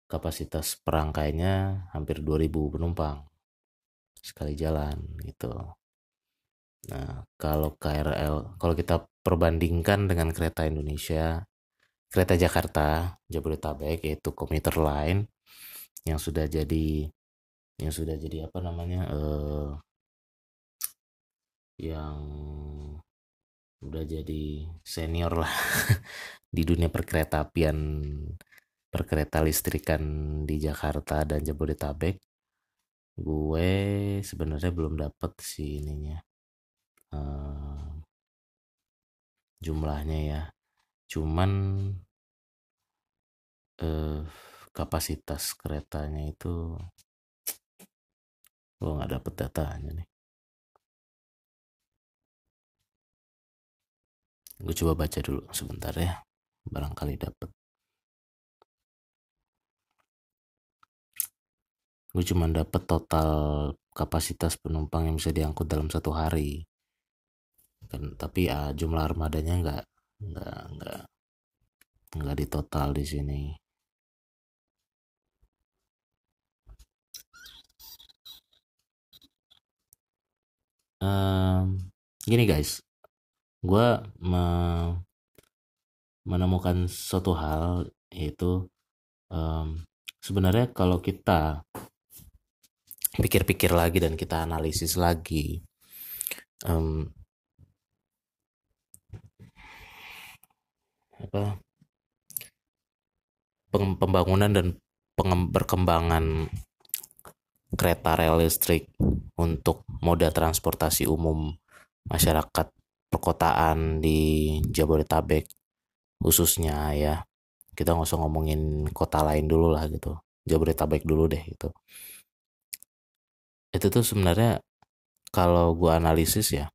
kapasitas perangkainya hampir dua ribu penumpang sekali jalan gitu. Nah, kalau K R L, kalau kita perbandingkan dengan kereta Indonesia, kereta Jakarta, Jabodetabek yaitu komuter line yang sudah jadi yang sudah jadi apa namanya eh, yang udah jadi senior lah di dunia perkeretaapian perkereta listrikan di Jakarta dan Jabodetabek. Gue sebenarnya belum dapet sih ininya eh, jumlahnya ya. Cuman eh, kapasitas keretanya itu gue nggak dapet datanya nih. Gue coba baca dulu sebentar ya, barangkali dapet. Gue cuma dapet total kapasitas penumpang yang bisa diangkut dalam satu hari. Kan, tapi ya jumlah armadanya nggak nggak nggak nggak di total di sini. Um, Gini guys, gue me- menemukan suatu hal yaitu um, sebenarnya kalau kita pikir-pikir lagi dan kita analisis lagi um, apa pembangunan dan perkembangan kereta rel listrik untuk moda transportasi umum masyarakat perkotaan di Jabodetabek khususnya ya, kita nggak usah ngomongin kota lain dulu lah gitu, Jabodetabek dulu deh gitu. Itu tuh sebenarnya kalau gue analisis ya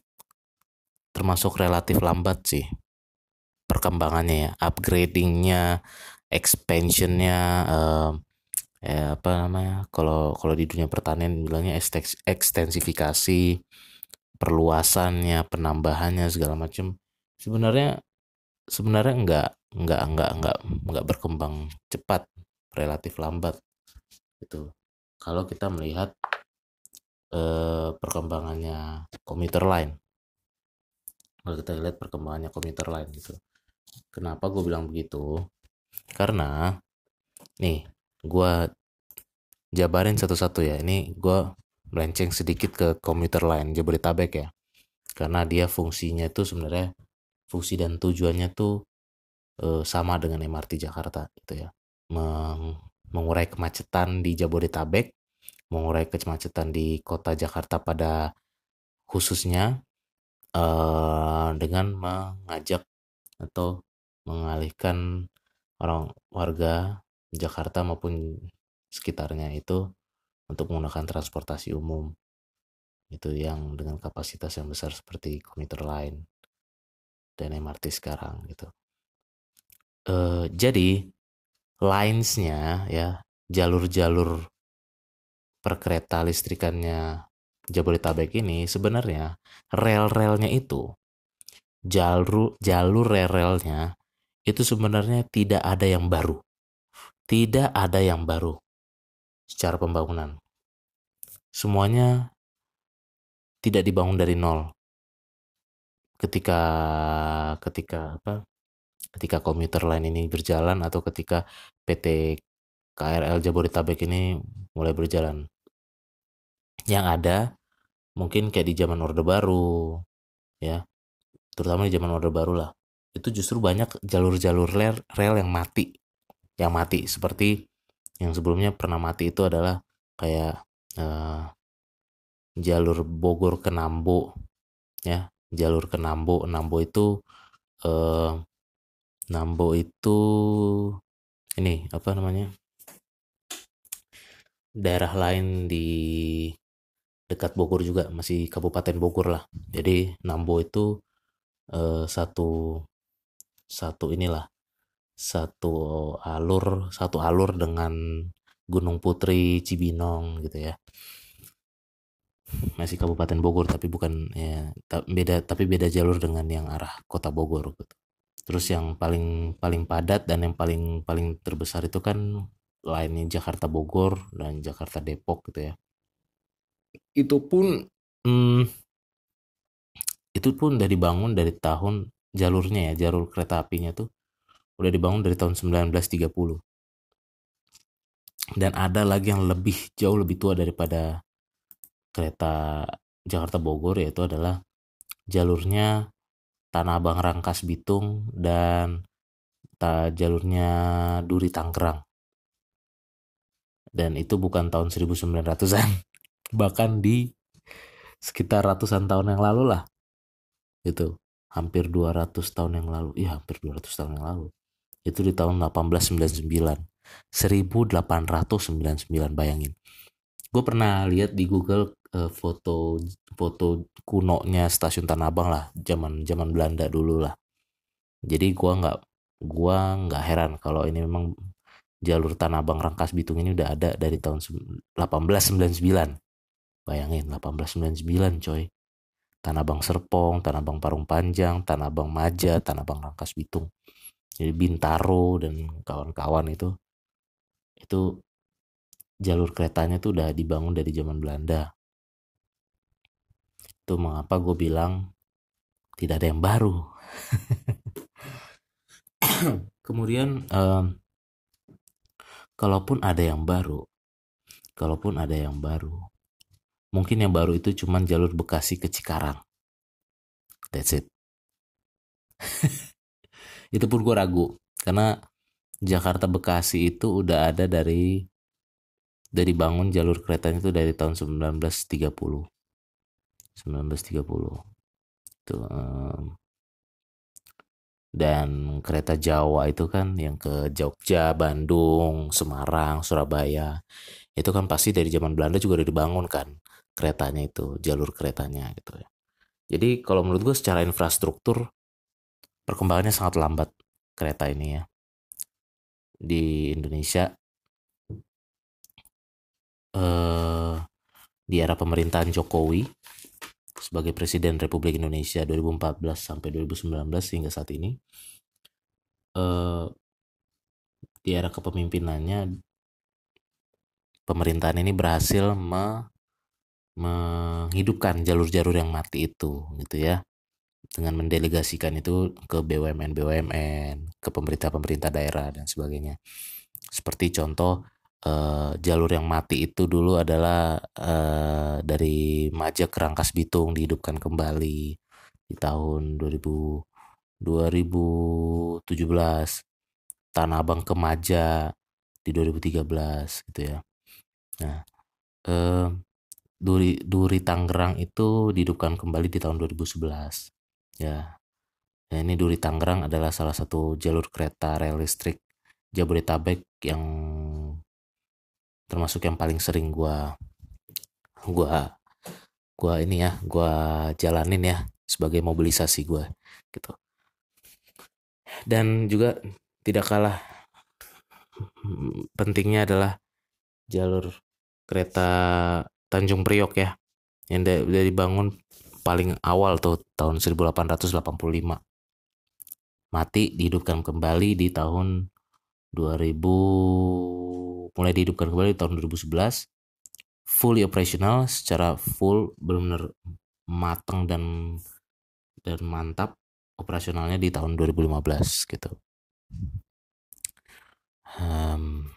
termasuk relatif lambat sih perkembangannya ya, upgradingnya, expansionnya, eh, eh, apa namanya, kalau kalau di dunia pertanian bilangnya ekstensifikasi, perluasannya, penambahannya segala macam. Sebenarnya sebenarnya enggak enggak enggak enggak enggak berkembang cepat, relatif lambat gitu. Kalau kita melihat eh, perkembangannya komuter line, kalau kita lihat perkembangannya komuter line gitu. Kenapa gue bilang begitu? Karena nih, gue jabarin satu-satu ya. Ini gue melenceng sedikit ke komuter line Jabodetabek ya. Karena dia fungsinya itu sebenarnya fungsi dan tujuannya tuh eh, sama dengan M R T Jakarta gitu ya. Meng- mengurai kemacetan di Jabodetabek, mengurai kemacetan di kota Jakarta pada khususnya eh, dengan mengajak atau mengalihkan orang warga Jakarta maupun sekitarnya itu untuk menggunakan transportasi umum itu yang dengan kapasitas yang besar seperti komuter line dan M R T sekarang gitu. Eh, jadi lines-nya ya, jalur-jalur perkereta listrikannya Jabodetabek ini sebenarnya rel-relnya itu jalur jalur rel-relnya itu sebenarnya tidak ada yang baru. Tidak ada yang baru secara pembangunan. Semuanya tidak dibangun dari nol. Ketika ketika apa? Ketika komuter line ini berjalan atau ketika P T K R L Jabodetabek ini mulai berjalan. Yang ada mungkin kayak di zaman Orde Baru ya, terutama di zaman Orde Baru lah. Itu justru banyak jalur-jalur rel, rel yang mati. Yang mati seperti yang sebelumnya pernah mati itu adalah kayak eh, jalur Bogor ke Nambo ya, jalur ke Nambo. Nambo itu eh, Nambo itu ini apa namanya, daerah lain di dekat Bogor juga, masih Kabupaten Bogor lah. Jadi Nambo itu eh, satu satu inilah satu alur satu alur dengan Gunung Putri, Cibinong gitu ya. Masih Kabupaten Bogor tapi bukan ya, beda, tapi beda jalur dengan yang arah Kota Bogor gitu. Terus yang paling paling padat dan yang paling paling terbesar itu kan lainnya Jakarta Bogor dan Jakarta Depok gitu ya. Itu pun hmm, itu pun udah dibangun dari tahun jalurnya ya, jalur kereta apinya tuh udah dibangun dari tahun sembilan belas tiga puluh. Dan ada lagi yang lebih jauh lebih tua daripada kereta Jakarta Bogor, yaitu adalah jalurnya Tanah Abang Rangkas Bitung dan ta, jalurnya Duri Tangerang. Dan itu bukan tahun seribu sembilan ratusan, bahkan di sekitar ratusan tahun yang lalu lah. Itu hampir dua ratus tahun yang lalu. Iya, hampir dua ratus tahun yang lalu. Itu di tahun delapan belas sembilan puluh sembilan. seribu delapan ratus sembilan puluh sembilan, bayangin. Gue pernah lihat di Google uh, foto foto kunonya stasiun Tanah Abang lah, zaman zaman Belanda dulu lah. Jadi gue nggak gua nggak heran kalau ini memang jalur Tanah Abang Rangkas Bitung ini udah ada dari tahun delapan belas sembilan puluh sembilan. Bayangin, delapan belas sembilan puluh sembilan coy. Tanah Abang Serpong, Tanah Abang Parung Panjang, Tanah Abang Maja, Tanah Abang Rangkas Bitung. Jadi Bintaro dan kawan-kawan itu itu jalur keretanya tuh udah dibangun dari zaman Belanda. Itu mengapa gue bilang tidak ada yang baru. Kemudian um, kalaupun ada yang baru, kalaupun ada yang baru, mungkin yang baru itu cuman jalur Bekasi ke Cikarang. That's it. Itu pun gue ragu karena Jakarta Bekasi itu udah ada dari dari bangun jalur keretanya itu dari tahun sembilan belas tiga puluh. sembilan belas tiga puluh. Itu um, dan kereta Jawa itu kan yang ke Jogja, Bandung, Semarang, Surabaya. Itu kan pasti dari zaman Belanda juga udah dibangun kan keretanya itu, jalur keretanya gitu ya. Jadi kalau menurut gue secara infrastruktur perkembangannya sangat lambat kereta ini ya. Di Indonesia eh, di era pemerintahan Jokowi sebagai Presiden Republik Indonesia dua ribu empat belas sampai dua ribu sembilan belas hingga saat ini, eh, di era kepemimpinannya pemerintahan ini berhasil me, menghidupkan jalur-jalur yang mati itu gitu ya, dengan mendelegasikan itu ke B U M N B U M N, ke pemerintah-pemerintah daerah dan sebagainya. Seperti contoh eh, jalur yang mati itu dulu adalah eh, dari Maja ke Rangkas Bitung dihidupkan kembali di tahun dua ribu dua ribu tujuh belas. Tanah Abang ke Maja di dua ribu tiga belas gitu ya. Nah, eh, Duri Duri Tangerang itu dihidupkan kembali di tahun dua ribu sebelas. Ya. Nah, ini Duri Tangerang adalah salah satu jalur kereta rel listrik Jabodetabek yang termasuk yang paling sering gua gua gua ini ya, gua jalanin ya sebagai mobilisasi gua gitu. Dan juga tidak kalah pentingnya adalah jalur kereta Tanjung Priok ya, yang udah dibangun paling awal tuh tahun seribu delapan ratus delapan puluh lima. Mati dihidupkan kembali di tahun dua ribu, mulai dihidupkan kembali di tahun dua ribu sebelas. Fully operational, secara full benar-benar matang dan dan mantap operasionalnya di tahun dua ribu lima belas gitu. Um,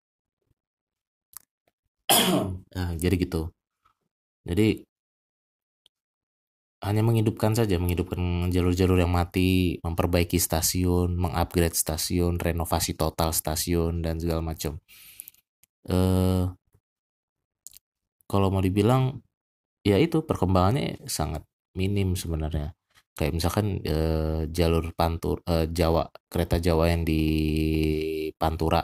nah, jadi gitu. Jadi hanya menghidupkan saja, menghidupkan jalur-jalur yang mati, memperbaiki stasiun, mengupgrade stasiun, renovasi total stasiun dan segala macam. Eh, kalau mau dibilang, ya itu perkembangannya sangat minim sebenarnya. Kayak misalkan eh, jalur Pantur eh, Jawa, kereta Jawa yang di Pantura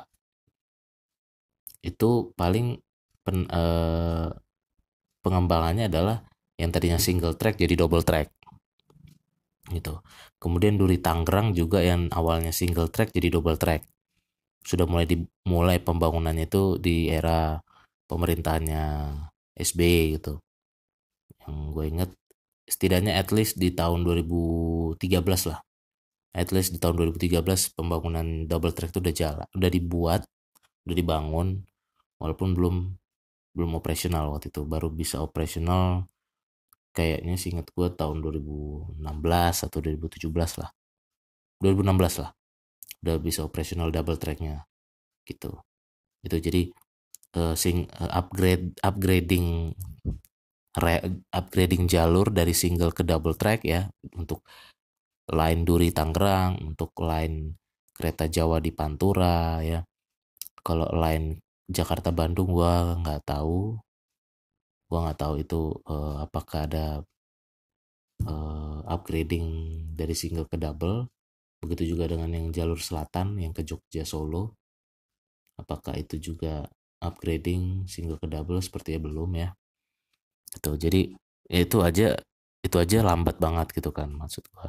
itu paling pen, eh, pengembangannya adalah yang tadinya single track jadi double track gitu. Kemudian Duri Tangerang juga yang awalnya single track jadi double track. Sudah mulai dimulai pembangunannya itu di era pemerintahannya S B Y gitu. Yang gue inget setidaknya at least di tahun dua ribu tiga belas lah. At least di tahun dua ribu tiga belas pembangunan double track itu udah jalan, udah dibuat udah dibangun, walaupun belum belum operasional waktu itu, baru bisa operasional kayaknya sih ingat gue tahun dua ribu enam belas atau dua ribu tujuh belas lah, dua ribu enam belas lah udah bisa operasional double tracknya gitu. Itu jadi uh, sing uh, upgrade upgrading re, upgrading jalur dari single ke double track ya, untuk line Duri Tangerang, untuk line kereta Jawa di Pantura ya. Kalau line Jakarta Bandung gua nggak tahu, gua nggak tahu itu uh, apakah ada uh, upgrading dari single ke double. Begitu juga dengan yang jalur selatan yang ke Jogja Solo, apakah itu juga upgrading single ke double, sepertinya belum ya. Itu jadi ya itu aja itu aja lambat banget gitu kan maksud gua.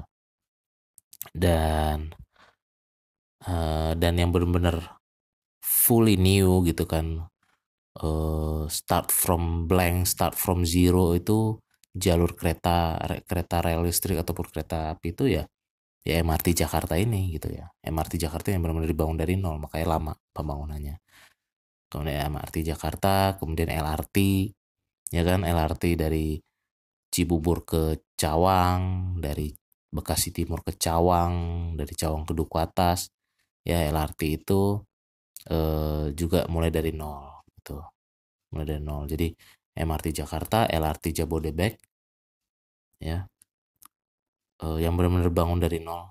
Dan uh, dan yang benar-benar fully new gitu kan, uh, start from blank, start from zero, itu jalur kereta kereta rel listrik ataupun kereta api itu ya ya M R T Jakarta ini gitu ya. M R T Jakarta yang benar-benar dibangun dari nol, makanya lama pembangunannya. Kemudian M R T Jakarta, kemudian L R T, ya kan, L R T dari Cibubur ke Cawang, dari Bekasi Timur ke Cawang, dari Cawang ke Duku Atas. Ya L R T itu eh, juga mulai dari nol gitu. Mulai dari nol. Jadi M R T Jakarta, L R T Jabodebek ya, eh, yang benar-benar bangun dari nol.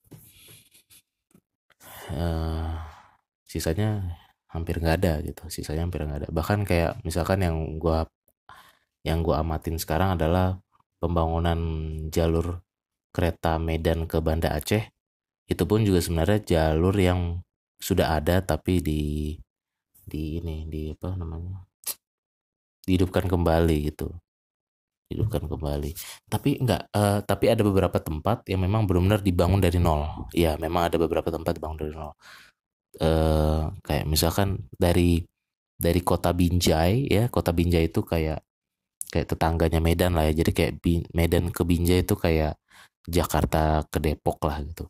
Eh, sisanya hampir nggak ada gitu. Sisanya hampir nggak ada. Bahkan kayak misalkan yang gua yang gua amatin sekarang adalah pembangunan jalur kereta Medan ke Banda Aceh. Itu pun juga sebenarnya jalur yang sudah ada tapi di di ini di apa namanya, dihidupkan kembali gitu, hidupkan kembali. Tapi enggak, eh, tapi ada beberapa tempat yang memang benar-benar dibangun dari nol. Ya, memang ada beberapa tempat dibangun dari nol. Eh, kayak misalkan dari dari kota Binjai ya, kota Binjai itu kayak kayak tetangganya Medan lah ya. Jadi kayak Bin- Medan ke Binjai itu kayak Jakarta ke Depok lah gitu.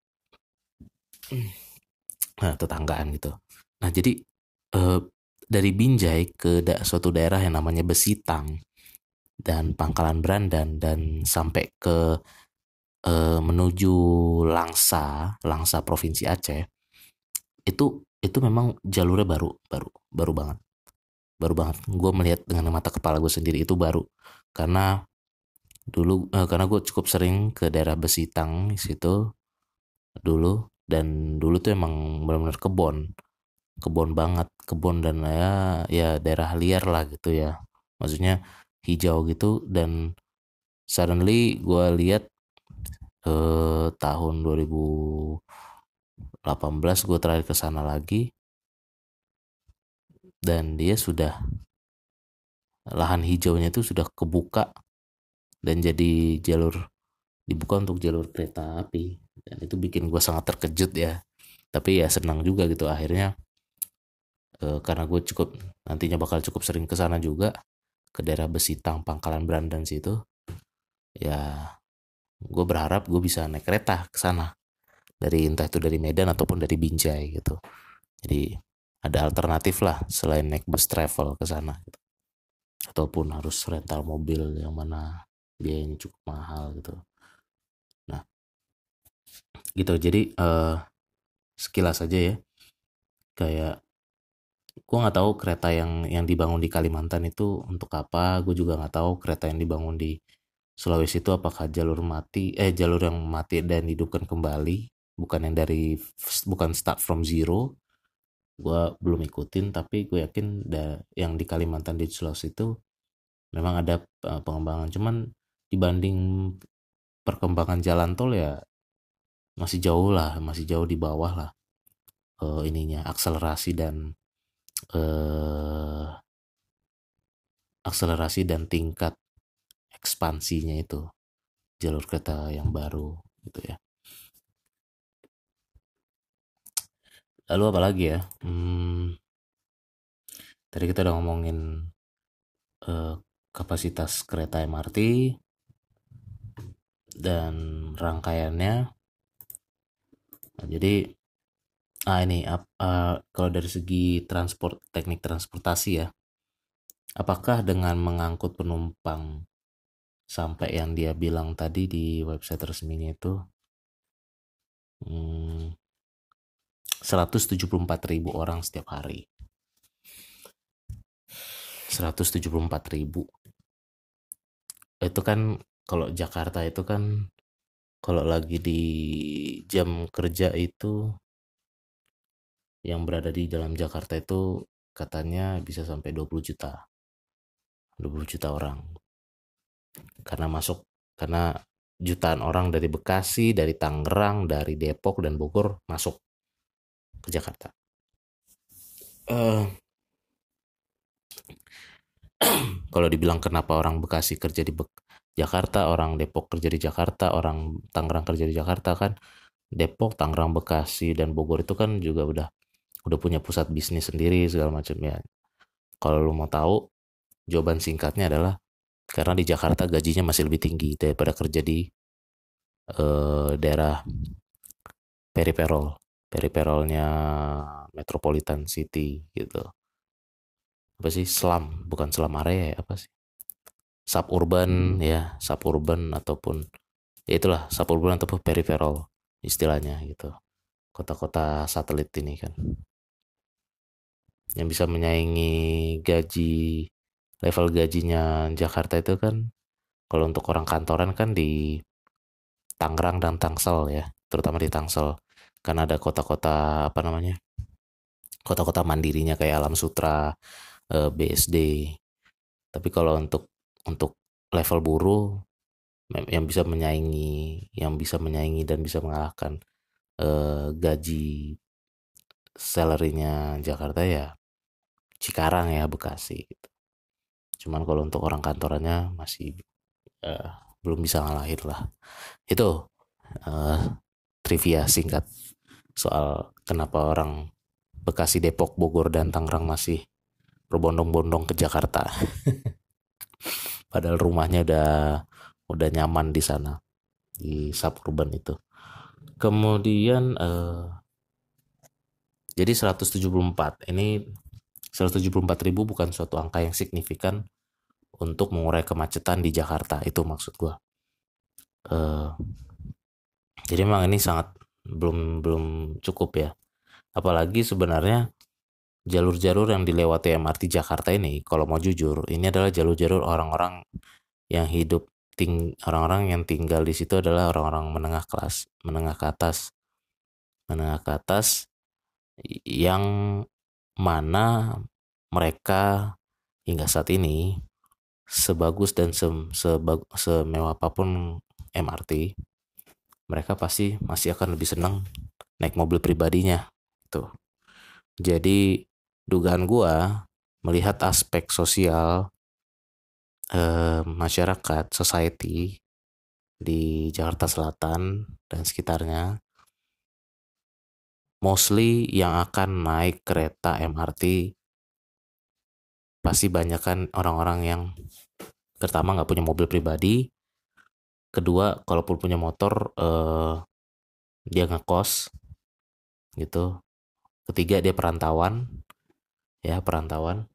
Nah, tetanggaan gitu. Nah, jadi eh, dari Binjai ke da- suatu daerah yang namanya Besitang dan Pangkalan Brandan dan sampai ke eh, menuju Langsa, Langsa Provinsi Aceh, itu itu memang jalurnya baru, baru, baru banget, baru banget. Gue melihat dengan mata kepala gue sendiri itu baru, karena dulu eh, karena gue cukup sering ke daerah Besitang di situ dulu, dan dulu tuh emang benar-benar kebon, kebon banget, kebon dan ya ya daerah liar lah gitu ya. Maksudnya hijau gitu, dan suddenly gue lihat eh, tahun dua ribu delapan belas gue terakhir ke sana lagi, dan dia sudah, lahan hijaunya itu sudah kebuka dan jadi jalur, dibuka untuk jalur kereta api, dan itu bikin gue sangat terkejut ya. Tapi ya senang juga gitu akhirnya, eh, karena gue cukup nantinya bakal cukup sering ke sana juga, ke daerah Besitang Pangkalan Brandan situ. Ya gue berharap gue bisa naik kereta ke sana, dari entah itu dari Medan ataupun dari Binjai gitu. Jadi ada alternatif lah selain naik bus travel ke sana gitu. Ataupun harus rental mobil yang mana biayanya cukup mahal gitu. Nah gitu, jadi eh, sekilas aja ya, kayak gue nggak tahu kereta yang yang dibangun di Kalimantan itu untuk apa. Gue juga nggak tahu kereta yang dibangun di Sulawesi itu apakah jalur mati, eh jalur yang mati dan hidupkan kembali, bukan yang dari, bukan start from zero. Gue belum ikutin, tapi gue yakin da, yang di Kalimantan di Sulawesi itu memang ada uh, pengembangan. Cuman dibanding perkembangan jalan tol ya masih jauh lah, masih jauh di bawah lah, uh, ininya akselerasi dan uh, akselerasi dan tingkat ekspansinya itu jalur kereta yang baru gitu ya. Lalu apa lagi ya? Hmm, tadi kita udah ngomongin uh, kapasitas kereta M R T dan rangkaiannya. Nah, jadi ah ini ap- eh, kalau dari segi transport teknik transportasi ya, apakah dengan mengangkut penumpang sampai yang dia bilang tadi di website resminya itu hmm, seratus tujuh puluh empat ribu orang setiap hari. Seratus tujuh puluh empat ribu itu kan, kalau Jakarta itu kan, kalau lagi di jam kerja itu, yang berada di dalam Jakarta itu katanya bisa sampai dua puluh juta, dua puluh juta orang, karena masuk, karena jutaan orang dari Bekasi, dari Tangerang, dari Depok dan Bogor masuk ke Jakarta. Eh, kalau dibilang kenapa orang Bekasi kerja di Bek- Jakarta, orang Depok kerja di Jakarta, orang Tangerang kerja di Jakarta, kan Depok, Tangerang, Bekasi dan Bogor itu kan juga udah udah punya pusat bisnis sendiri segala macam ya. Kalau lu mau tahu, jawaban singkatnya adalah karena di Jakarta gajinya masih lebih tinggi daripada kerja di eh, daerah periferal, periferalnya metropolitan city gitu. Apa sih slum? Bukan slum area ya, apa sih? Suburban ya, suburban ataupun ya itulah suburban ataupun periferal istilahnya gitu. Kota-kota satelit ini kan yang bisa menyaingi gaji, level gajinya Jakarta itu kan, kalau untuk orang kantoran kan di Tangerang dan Tangsel ya, terutama di Tangsel. Karena ada kota-kota apa namanya, kota-kota mandirinya kayak Alam Sutra, eh, B S D. Tapi kalau untuk untuk level buruh yang bisa menyaingi, yang bisa menyaingi dan bisa mengalahkan eh, gaji salary-nya Jakarta ya Cikarang ya, Bekasi gitu. Cuman kalau untuk orang kantorannya masih eh, belum bisa ngalahin lah. Itu eh, trivia singkat soal kenapa orang Bekasi, Depok, Bogor, dan Tangerang masih berbondong-bondong ke Jakarta. Padahal rumahnya udah udah nyaman di sana, di suburban itu. Kemudian eh, jadi seratus tujuh puluh empat ini, seratus tujuh puluh empat ribu bukan suatu angka yang signifikan untuk mengurai kemacetan di Jakarta, itu maksud gua. Eh, jadi memang ini sangat belum belum cukup ya. Apalagi sebenarnya jalur-jalur yang dilewati M R T Jakarta ini, kalau mau jujur, ini adalah jalur-jalur orang-orang yang hidup ting orang-orang yang tinggal di situ adalah orang-orang menengah kelas, menengah ke atas, menengah ke atas yang mana mereka hingga saat ini, sebagus dan se, sebag, semewah apapun M R T, mereka pasti masih akan lebih senang naik mobil pribadinya. Tuh. Jadi dugaan gua, melihat aspek sosial eh, masyarakat, society di Jakarta Selatan dan sekitarnya, mostly yang akan naik kereta M R T pasti banyak kan orang-orang yang pertama nggak punya mobil pribadi, kedua kalaupun punya motor eh, dia ngekos gitu, ketiga dia perantauan, ya perantauan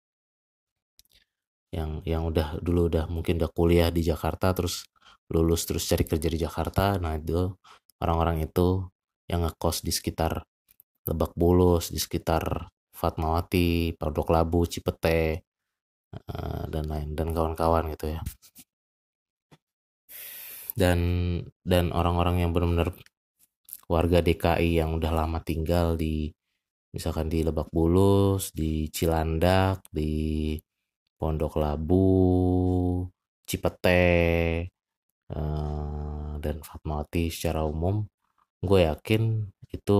yang yang udah dulu udah mungkin udah kuliah di Jakarta terus lulus terus cari kerja di Jakarta. Nah itu orang-orang itu yang ngekos di sekitar Lebak Bulus, di sekitar Fatmawati, Pondok Labu, Cipete, eh, dan lain dan kawan-kawan gitu ya. Dan dan orang-orang yang benar-benar warga D K I yang udah lama tinggal di, misalkan di Lebak Bulus, di Cilandak, di Pondok Labu, Cipete, eh, dan Fatmawati secara umum, gue yakin itu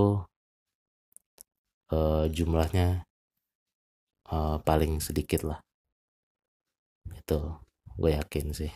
eh, jumlahnya eh, paling sedikit lah. Itu gue yakin sih.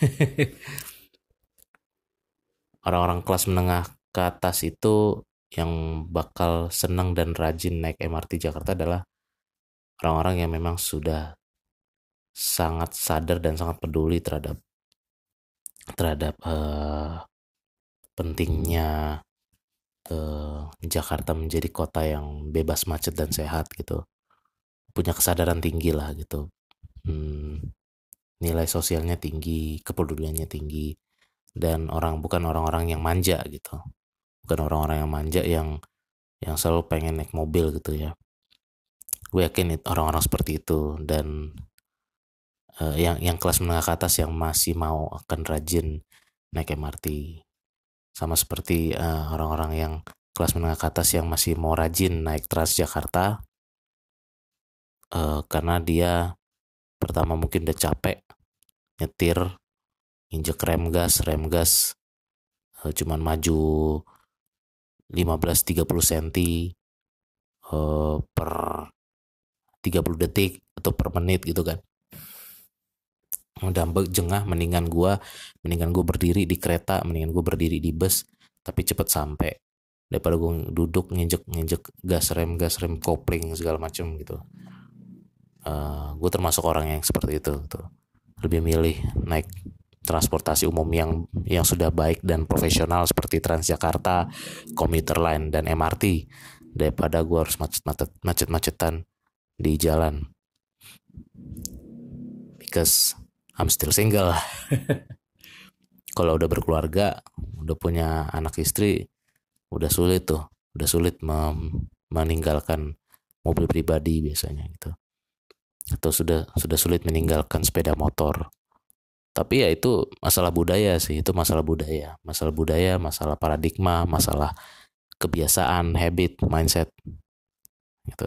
Orang-orang kelas menengah ke atas itu yang bakal senang dan rajin naik M R T Jakarta adalah orang-orang yang memang sudah sangat sadar dan sangat peduli terhadap terhadap eh, pentingnya uh, Jakarta menjadi kota yang bebas macet dan sehat gitu, punya kesadaran tinggi lah gitu. Hmm, nilai sosialnya tinggi, kepeduliannya tinggi, dan orang bukan orang-orang yang manja gitu, bukan orang-orang yang manja yang yang selalu pengen naik mobil gitu ya. Gue yakin orang-orang seperti itu, dan uh, yang yang kelas menengah ke atas yang masih mau akan rajin naik M R T, sama seperti uh, orang-orang yang kelas menengah ke atas yang masih mau rajin naik Transjakarta, uh, karena dia pertama mungkin udah capek nyetir, injek rem gas rem gas uh, cuman maju lima belas sampai tiga puluh senti uh, per tiga puluh detik atau per menit gitu kan. Udah jengah, mendingan gue mendingan gue berdiri di kereta, mendingan gue berdiri di bus tapi cepet sampai, daripada gue duduk nginjek nginjek gas rem gas rem kopling segala macam gitu. Uh, gue termasuk orang yang seperti itu tuh. Lebih milih naik transportasi umum yang yang sudah baik dan profesional seperti Transjakarta, Komuter Line, dan M R T, daripada gue harus macet-macet macet-macetan di jalan. Because I'm still single. Kalau udah berkeluarga, udah punya anak istri, udah sulit tuh, udah sulit mem- meninggalkan mobil pribadi biasanya gitu. Atau sudah sudah sulit meninggalkan sepeda motor. Tapi ya itu masalah budaya sih, itu masalah budaya, masalah budaya, masalah paradigma, masalah kebiasaan, habit, mindset gitu.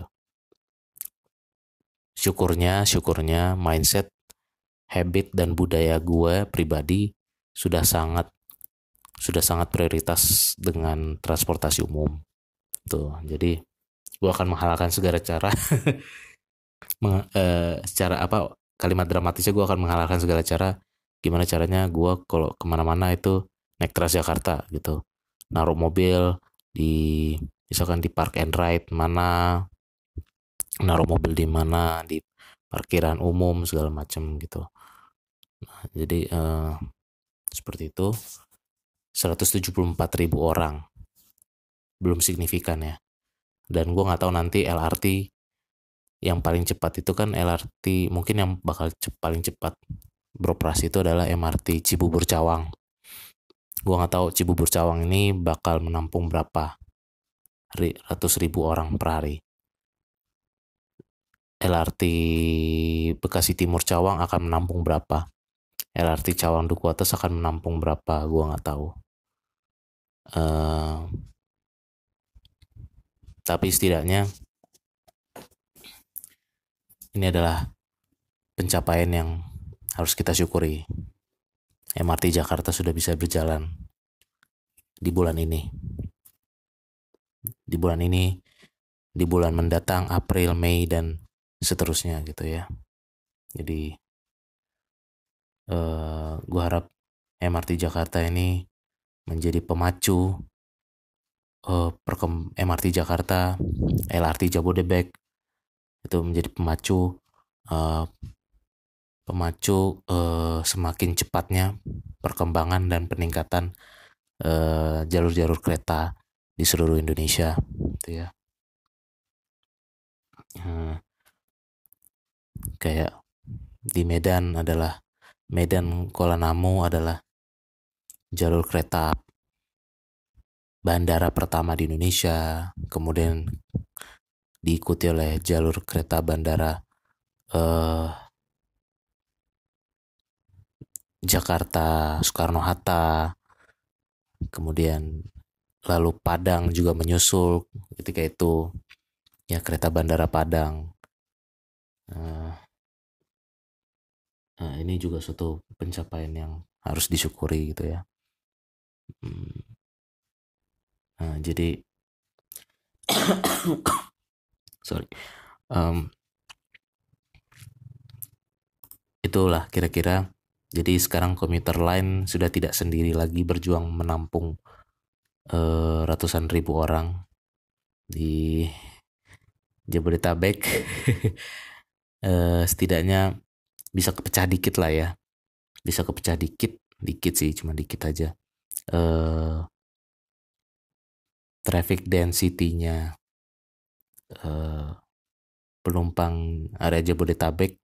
Syukurnya, syukurnya mindset, habit dan budaya gue pribadi sudah sangat sudah sangat prioritas dengan transportasi umum tuh. Jadi gue akan menghalalkan segala cara meng, uh, secara apa kalimat dramatisnya, gue akan menghalalkan segala cara gimana caranya gue kalau kemana-mana itu naik Transjakarta gitu, naruh mobil di misalkan di park and ride mana, naruh mobil di mana, di parkiran umum segala macam gitu. Nah, jadi uh, seperti itu. Seratus tujuh puluh empat ribu orang, belum signifikan ya. Dan gue nggak tahu nanti L R T yang paling cepat itu kan L R T mungkin yang bakal cep, paling cepat beroperasi itu adalah M R T Cibubur Cawang. Gue nggak tahu Cibubur Cawang ini bakal menampung berapa ratus ribu orang per hari. L R T Bekasi Timur Cawang akan menampung berapa? L R T Cawang Duku Atas akan menampung berapa? Gue nggak tahu. Uh, tapi setidaknya ini adalah pencapaian yang harus kita syukuri. M R T Jakarta sudah bisa berjalan di bulan ini. Di bulan ini, di bulan mendatang, April, Mei, dan seterusnya gitu ya. Jadi uh, gue harap M R T Jakarta ini menjadi pemacu uh, perkem- M R T Jakarta, L R T Jabodebek itu menjadi pemacu uh, pemacu uh, semakin cepatnya perkembangan dan peningkatan uh, jalur-jalur kereta di seluruh Indonesia gitu ya. Uh, kayak di Medan adalah Medan Kuala Namu adalah jalur kereta bandara pertama di Indonesia, kemudian diikuti oleh jalur kereta bandara uh, Jakarta Soekarno-Hatta, kemudian lalu Padang juga menyusul ketika itu ya, kereta bandara Padang. Uh, uh, ini juga suatu pencapaian yang harus disyukuri gitu ya. Hmm. Nah, jadi sorry, um, itulah kira-kira. Jadi sekarang komuter line sudah tidak sendiri lagi berjuang menampung uh, ratusan ribu orang di Jabodetabek. uh, setidaknya bisa kepecah dikit lah ya, bisa kepecah dikit, dikit sih, cuma dikit aja. Uh, traffic density-nya uh, penumpang area Jabodetabek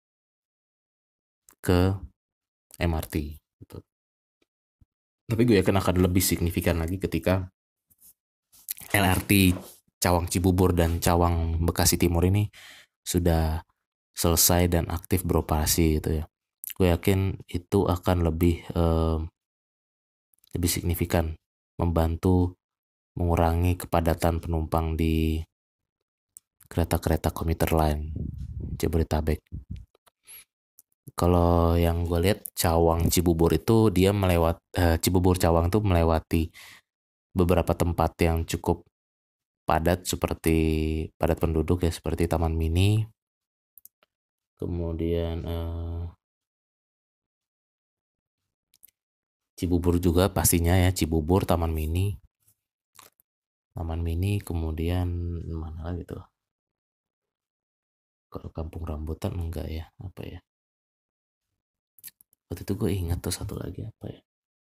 ke M R T gitu. Tapi gue yakin akan lebih signifikan lagi ketika L R T Cawang Cibubur dan Cawang Bekasi Timur ini sudah selesai dan aktif beroperasi gitu ya. Gue yakin itu akan lebih eh, lebih signifikan membantu mengurangi kepadatan penumpang di kereta-kereta komuter lain Jabodetabek. Kalau yang gue lihat Cawang Cibubur itu dia melewat eh, Cibubur Cawang itu melewati beberapa tempat yang cukup padat seperti padat penduduk ya seperti Taman Mini, kemudian eh, Cibubur juga pastinya ya Cibubur Taman Mini, Taman Mini kemudian mana lagi tuh? Kalau Kampung Rambutan enggak ya apa ya? Waktu itu gue ingat tuh satu lagi apa ya?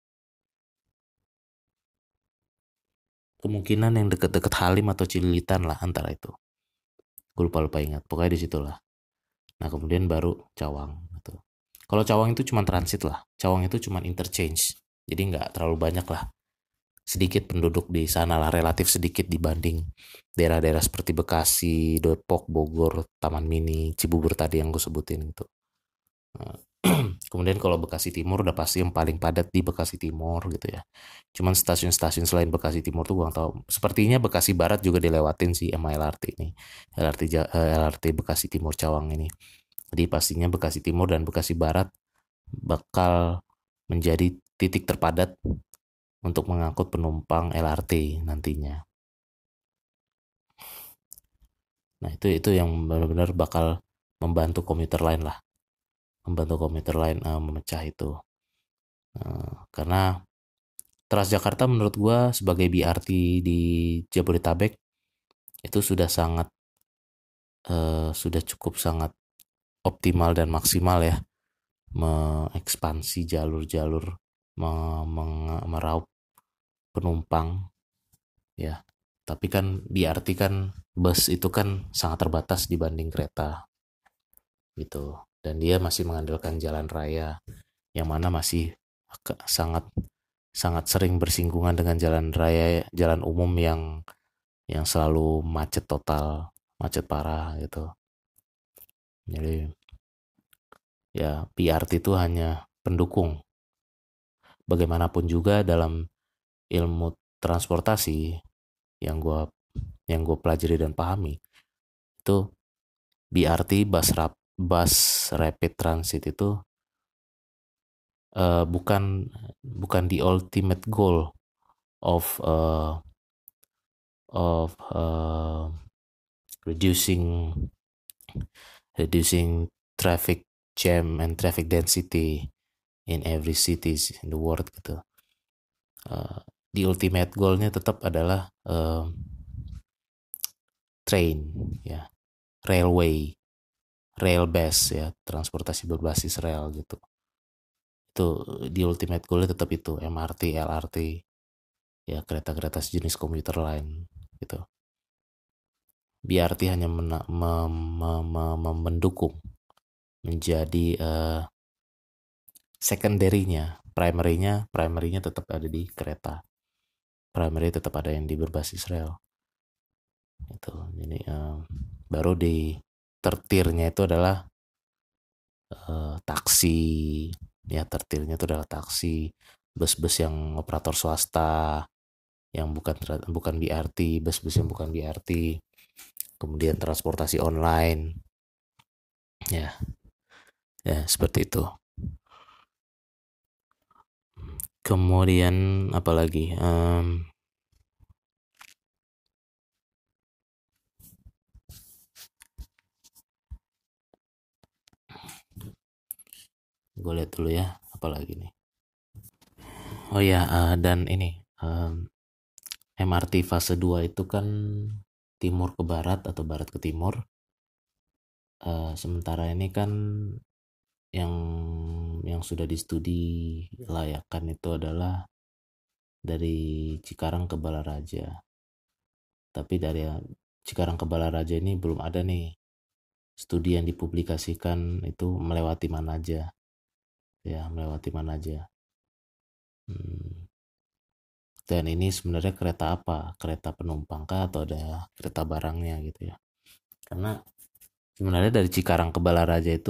Kemungkinan yang deket-deket Halim atau Cililitan lah antara itu. Gue lupa lupa ingat. Pokoknya di situlah. Nah kemudian baru Cawang. Gitu. Kalau Cawang itu cuma transit lah. Cawang itu cuma interchange. Jadi nggak terlalu banyak lah. Sedikit penduduk di sana lah. Relatif sedikit dibanding daerah-daerah seperti Bekasi, Depok, Bogor, Taman Mini, Cibubur tadi yang gue sebutin gitu. Nah, kemudian kalau Bekasi Timur udah pasti yang paling padat di Bekasi Timur gitu ya. Cuman stasiun-stasiun selain Bekasi Timur tuh gue tahu. Sepertinya Bekasi Barat juga dilewatin sih sama L R T ini. L R T L R T Bekasi Timur Cawang ini. Jadi pastinya Bekasi Timur dan Bekasi Barat bakal menjadi titik terpadat untuk mengangkut penumpang L R T nantinya. Nah itu itu yang benar-benar bakal membantu komuter lain lah, membantu komuter lain uh, memecah itu. Uh, karena Transjakarta menurut gue sebagai B R T di Jabodetabek itu sudah sangat uh, sudah cukup sangat optimal dan maksimal ya mengekspansi jalur-jalur meraup penumpang ya. Tapi kan B R T kan bus itu kan sangat terbatas dibanding kereta gitu. Dan dia masih mengandalkan jalan raya yang mana masih sangat sangat sering bersinggungan dengan jalan raya jalan umum yang yang selalu macet total, macet parah gitu. Jadi ya B R T itu hanya pendukung. Bagaimanapun juga dalam ilmu transportasi yang gue yang gue pelajari dan pahami itu B R T bus rap, bus rapid transit itu uh, bukan bukan the ultimate goal of uh, of uh, reducing reducing traffic jam and traffic density in every cities in the world gitu. Uh, the ultimate goalnya tetap adalah uh, train ya, railway, rail base ya, transportasi berbasis rel gitu. Itu di ultimate goalnya tetap itu M R T, L R T ya, kereta-kereta sejenis komuter lain gitu. B R T hanya mena- mem- mem- mem- mendukung menjadi uh, secondary-nya, primary-nya, primary-nya tetap ada di kereta. Primary tetap ada yang di berbasis rel. Itu. Jadi uh, baru di tertirnya itu adalah uh, taksi. Ya, tertirnya itu adalah taksi, bus-bus yang operator swasta, yang bukan bukan B R T, bus-bus yang bukan B R T. Kemudian transportasi online. Ya. Ya, seperti itu. Kemudian apalagi um, gue lihat dulu ya apalagi nih. Oh ya uh, dan ini um, M R T fase dua itu kan timur ke barat atau barat ke timur. Uh, sementara ini kan yang yang sudah distudi layakan itu adalah dari Cikarang ke Balaraja. Tapi dari Cikarang ke Balaraja ini belum ada nih studi yang dipublikasikan itu melewati mana aja, ya melewati mana aja. Hmm. Dan ini sebenarnya kereta apa? Kereta penumpang kah atau ada kereta barangnya gitu ya? Karena sebenarnya dari Cikarang ke Balaraja itu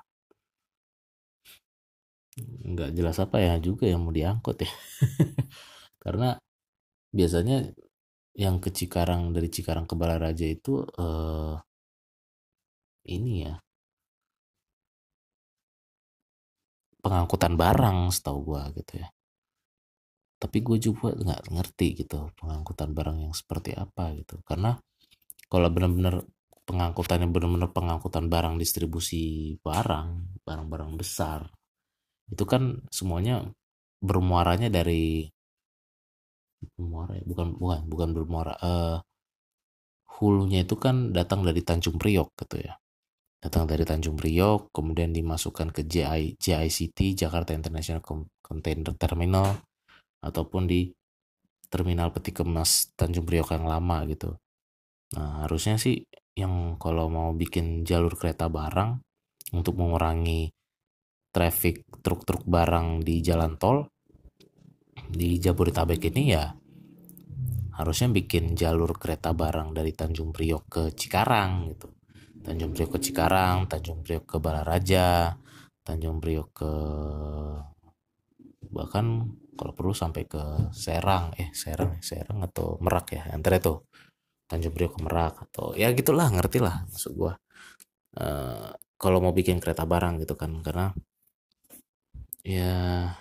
nggak jelas apa ya juga yang mau diangkut ya. Karena biasanya yang ke Cikarang, dari Cikarang ke Balaraja itu eh, ini ya pengangkutan barang setahu gua gitu ya. Tapi gue juga nggak ngerti gitu pengangkutan barang yang seperti apa gitu. Karena kalau benar-benar pengangkutannya benar-benar pengangkutan barang distribusi barang, barang-barang besar, itu kan semuanya bermuaranya dari bermuara ya, bukan bukan bukan bermuara, eh, hulunya itu kan datang dari Tanjung Priok gitu ya. Datang dari Tanjung Priok, kemudian dimasukkan ke J I, J I C T, Jakarta International Container Terminal, ataupun di terminal peti kemas Tanjung Priok yang lama gitu. Nah, harusnya sih yang kalau mau bikin jalur kereta barang untuk mengurangi traffic truk-truk barang di jalan tol di Jabodetabek ini ya harusnya bikin jalur kereta barang dari Tanjung Priok ke Cikarang gitu. Tanjung Priok ke Cikarang, Tanjung Priok ke Balaraja, Tanjung Priok ke bahkan kalau perlu sampai ke Serang, eh Serang, Serang atau Merak ya, antara itu Tanjung Priok ke Merak atau ya gitulah, ngerti lah maksud gua. Eh, kalau mau bikin kereta barang gitu kan, karena ya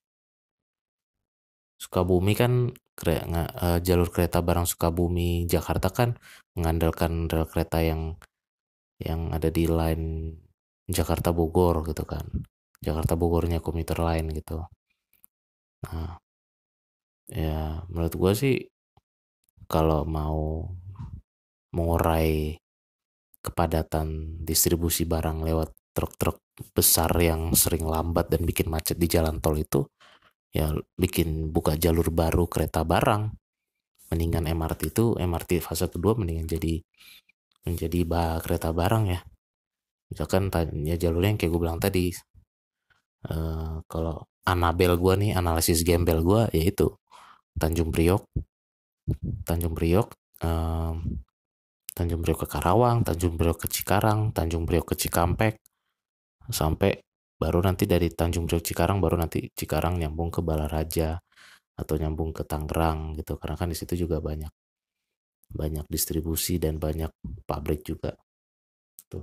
Sukabumi kan kre- nga- eh, jalur kereta barang Sukabumi Jakarta kan mengandalkan rel kereta yang yang ada di line Jakarta Bogor gitu kan. Jakarta Bogornya komuter lain gitu. Nah, ya menurut gua sih kalau mau mengurai kepadatan distribusi barang lewat truk-truk besar yang sering lambat dan bikin macet di jalan tol itu, ya bikin buka jalur baru kereta barang. Mendingan M R T itu, M R T fase kedua mendingan jadi menjadi bah, kereta barang ya. Misalkan ya jalurnya yang kayak gue bilang tadi, eh, kalau Anabel gue nih, analisis gembel gue yaitu Tanjung Priok, Tanjung Priok, eh, Tanjung Priok ke Karawang, Tanjung Priok ke Cikarang, Tanjung Priok ke Cikampek, sampai baru nanti dari Tanjung Priok Cikarang baru nanti Cikarang nyambung ke Balaraja atau nyambung ke Tangerang gitu, karena kan di situ juga banyak banyak distribusi dan banyak pabrik juga tuh.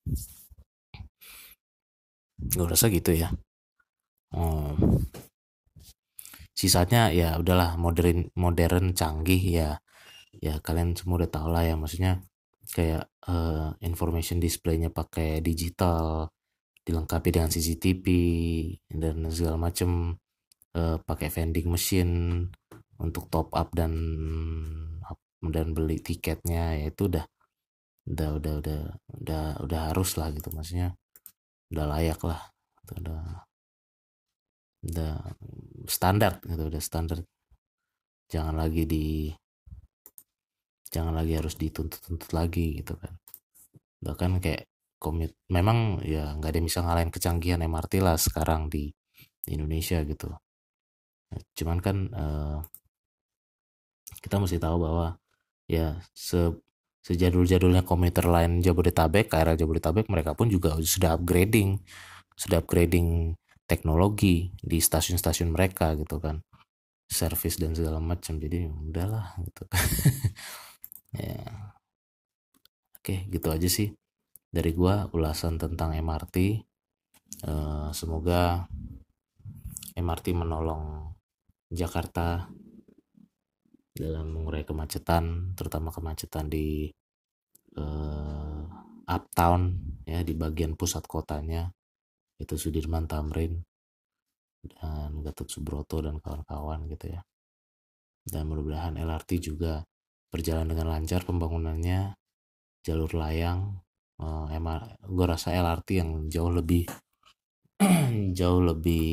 Gue rasa gitu ya. Oh, sisanya ya udahlah modern modern canggih ya. Ya kalian semua udah tau lah ya, maksudnya kayak eh, information displaynya pakai digital, dilengkapi dengan C C T V dan segala macem, eh, pakai vending machine untuk top up dan dan beli tiketnya, ya itu udah udah udah udah udah udah harus lah gitu, maksudnya udah layak lah, udah udah standar gitu, udah standar, jangan lagi di jangan lagi harus dituntut-tuntut lagi gitu kan. Bahkan kayak komit memang ya nggak ada yang bisa ngalahin kecanggihan M R T lah sekarang di, di Indonesia gitu. Cuman kan eh, kita mesti tahu bahwa ya se sejadul-jadulnya komuter lain Jabodetabek, K R L Jabodetabek, mereka pun juga sudah upgrading, sudah upgrading teknologi di stasiun-stasiun mereka gitu kan, service dan segala macam. Jadi udahlah gitu. Ya, oke gitu aja sih dari gua ulasan tentang M R T. Eh, semoga M R T menolong Jakarta dalam mengurai kemacetan, terutama kemacetan di eh, uptown ya, di bagian pusat kotanya itu Sudirman Tamrin dan Gatot Subroto dan kawan-kawan gitu ya. Dan mudah-mudahan L R T juga berjalan dengan lancar pembangunannya, jalur layang. Eh, emang gue rasa L R T yang jauh lebih jauh lebih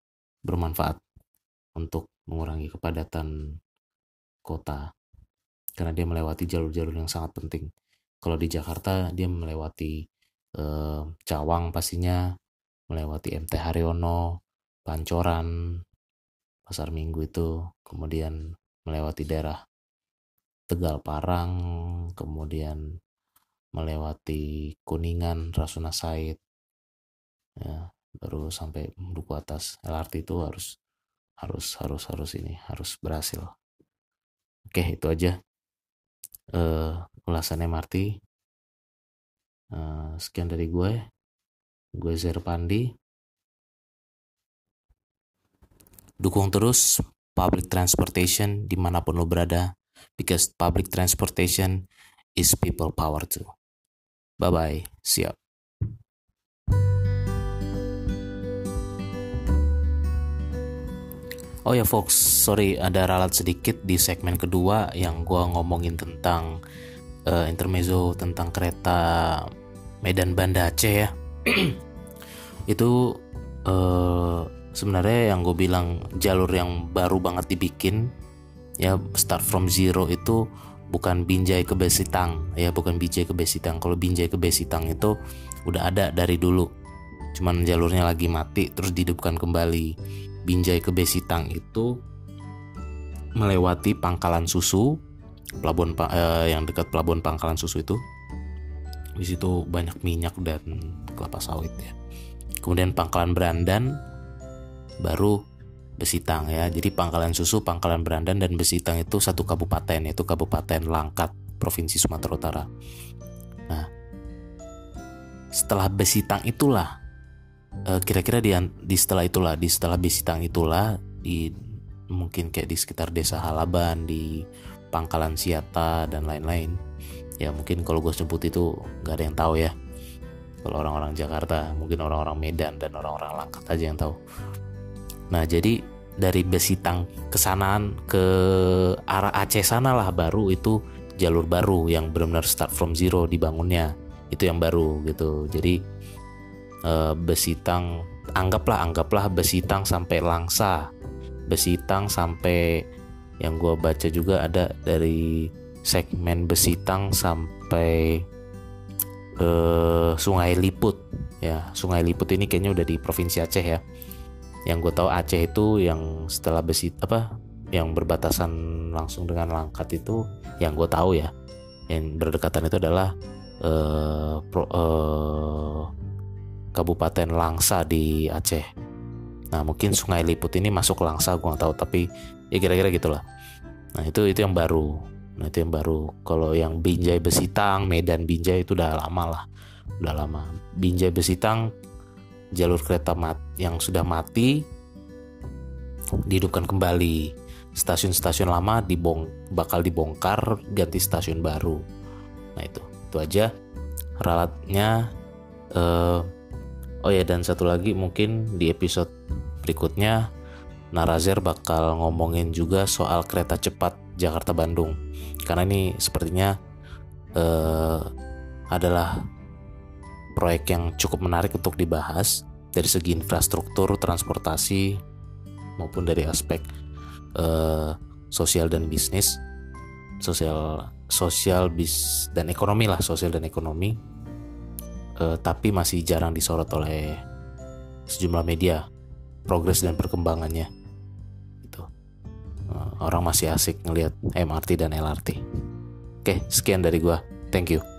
bermanfaat untuk mengurangi kepadatan kota karena dia melewati jalur-jalur yang sangat penting. Kalau di Jakarta dia melewati eh, Cawang pastinya, melewati M T Haryono, Pancoran, Pasar Minggu itu, kemudian melewati daerah Tegal Parang, kemudian melewati Kuningan, Rasuna Said, ya, baru sampai Duku Atas. L R T itu harus harus harus harus ini harus berhasil. Oke, itu aja uh, ulasan M R T. Uh, sekian dari gue, gue Zer Pandi. Dukung terus public transportation dimanapun lo berada, because public transportation is people power too. Bye bye, siap. Oh ya folks, sorry ada ralat sedikit di segmen kedua yang gue ngomongin tentang uh, intermezzo tentang kereta Medan Banda Aceh ya. Itu uh, sebenarnya yang gue bilang jalur yang baru banget dibikin ya, start from zero itu bukan Binjai ke Besitang ya, bukan Binjai ke Besitang. Kalau Binjai ke Besitang itu udah ada dari dulu, cuman jalurnya lagi mati terus dihidupkan kembali. Binjai ke Besitang itu melewati Pangkalan Susu, pelabuhan eh, yang dekat pelabuhan Pangkalan Susu itu. Di situ banyak minyak dan kelapa sawit ya. Kemudian Pangkalan Berandan, baru Besitang ya. Jadi Pangkalan Susu, Pangkalan Berandan dan Besitang itu satu kabupaten, yaitu Kabupaten Langkat, Provinsi Sumatera Utara. Nah, setelah Besitang itulah kira-kira di, di setelah itulah di setelah Besitang itulah di mungkin kayak di sekitar Desa Halaban, di Pangkalan Siata dan lain-lain ya, mungkin kalau gue sebut itu nggak ada yang tahu ya. Kalau orang-orang Jakarta, mungkin orang-orang Medan dan orang-orang Langkat aja yang tahu. Nah, jadi dari Besitang ke sanaan ke arah Aceh sana lah baru itu jalur baru yang benar-benar start from zero dibangunnya, itu yang baru gitu. Jadi Uh, Besitang, anggaplah anggaplah Besitang sampai Langsa, Besitang sampai yang gue baca juga ada dari segmen Besitang sampai uh, Sungai Liput ya. Sungai Liput ini kayaknya udah di Provinsi Aceh ya. Yang gue tahu Aceh itu yang setelah Besit apa yang berbatasan langsung dengan Langkat itu, yang gue tahu ya, yang berdekatan itu adalah uh, pro, uh, Kabupaten Langsa di Aceh. Nah, mungkin Sungai Liput ini masuk Langsa, gue nggak tahu, tapi ya kira-kira gitulah. Nah, itu itu yang baru. Nah, itu yang baru. Kalau yang Binjai Besitang, Medan Binjai itu udah lama lah, udah lama. Binjai Besitang jalur kereta mat yang sudah mati dihidupkan kembali. Stasiun-stasiun lama dibong bakal dibongkar, ganti stasiun baru. Nah, itu itu aja ralatnya. Uh, Oh ya, dan satu lagi mungkin di episode berikutnya Narazer bakal ngomongin juga soal kereta cepat Jakarta-Bandung, karena ini sepertinya eh, adalah proyek yang cukup menarik untuk dibahas dari segi infrastruktur transportasi maupun dari aspek eh, sosial dan bisnis, sosial sosial bis dan ekonomi lah, sosial dan ekonomi. Uh, tapi masih jarang disorot oleh sejumlah media progres dan perkembangannya gitu. Uh, orang masih asik ngelihat M R T dan L R T. Oke, sekian dari gua, thank you.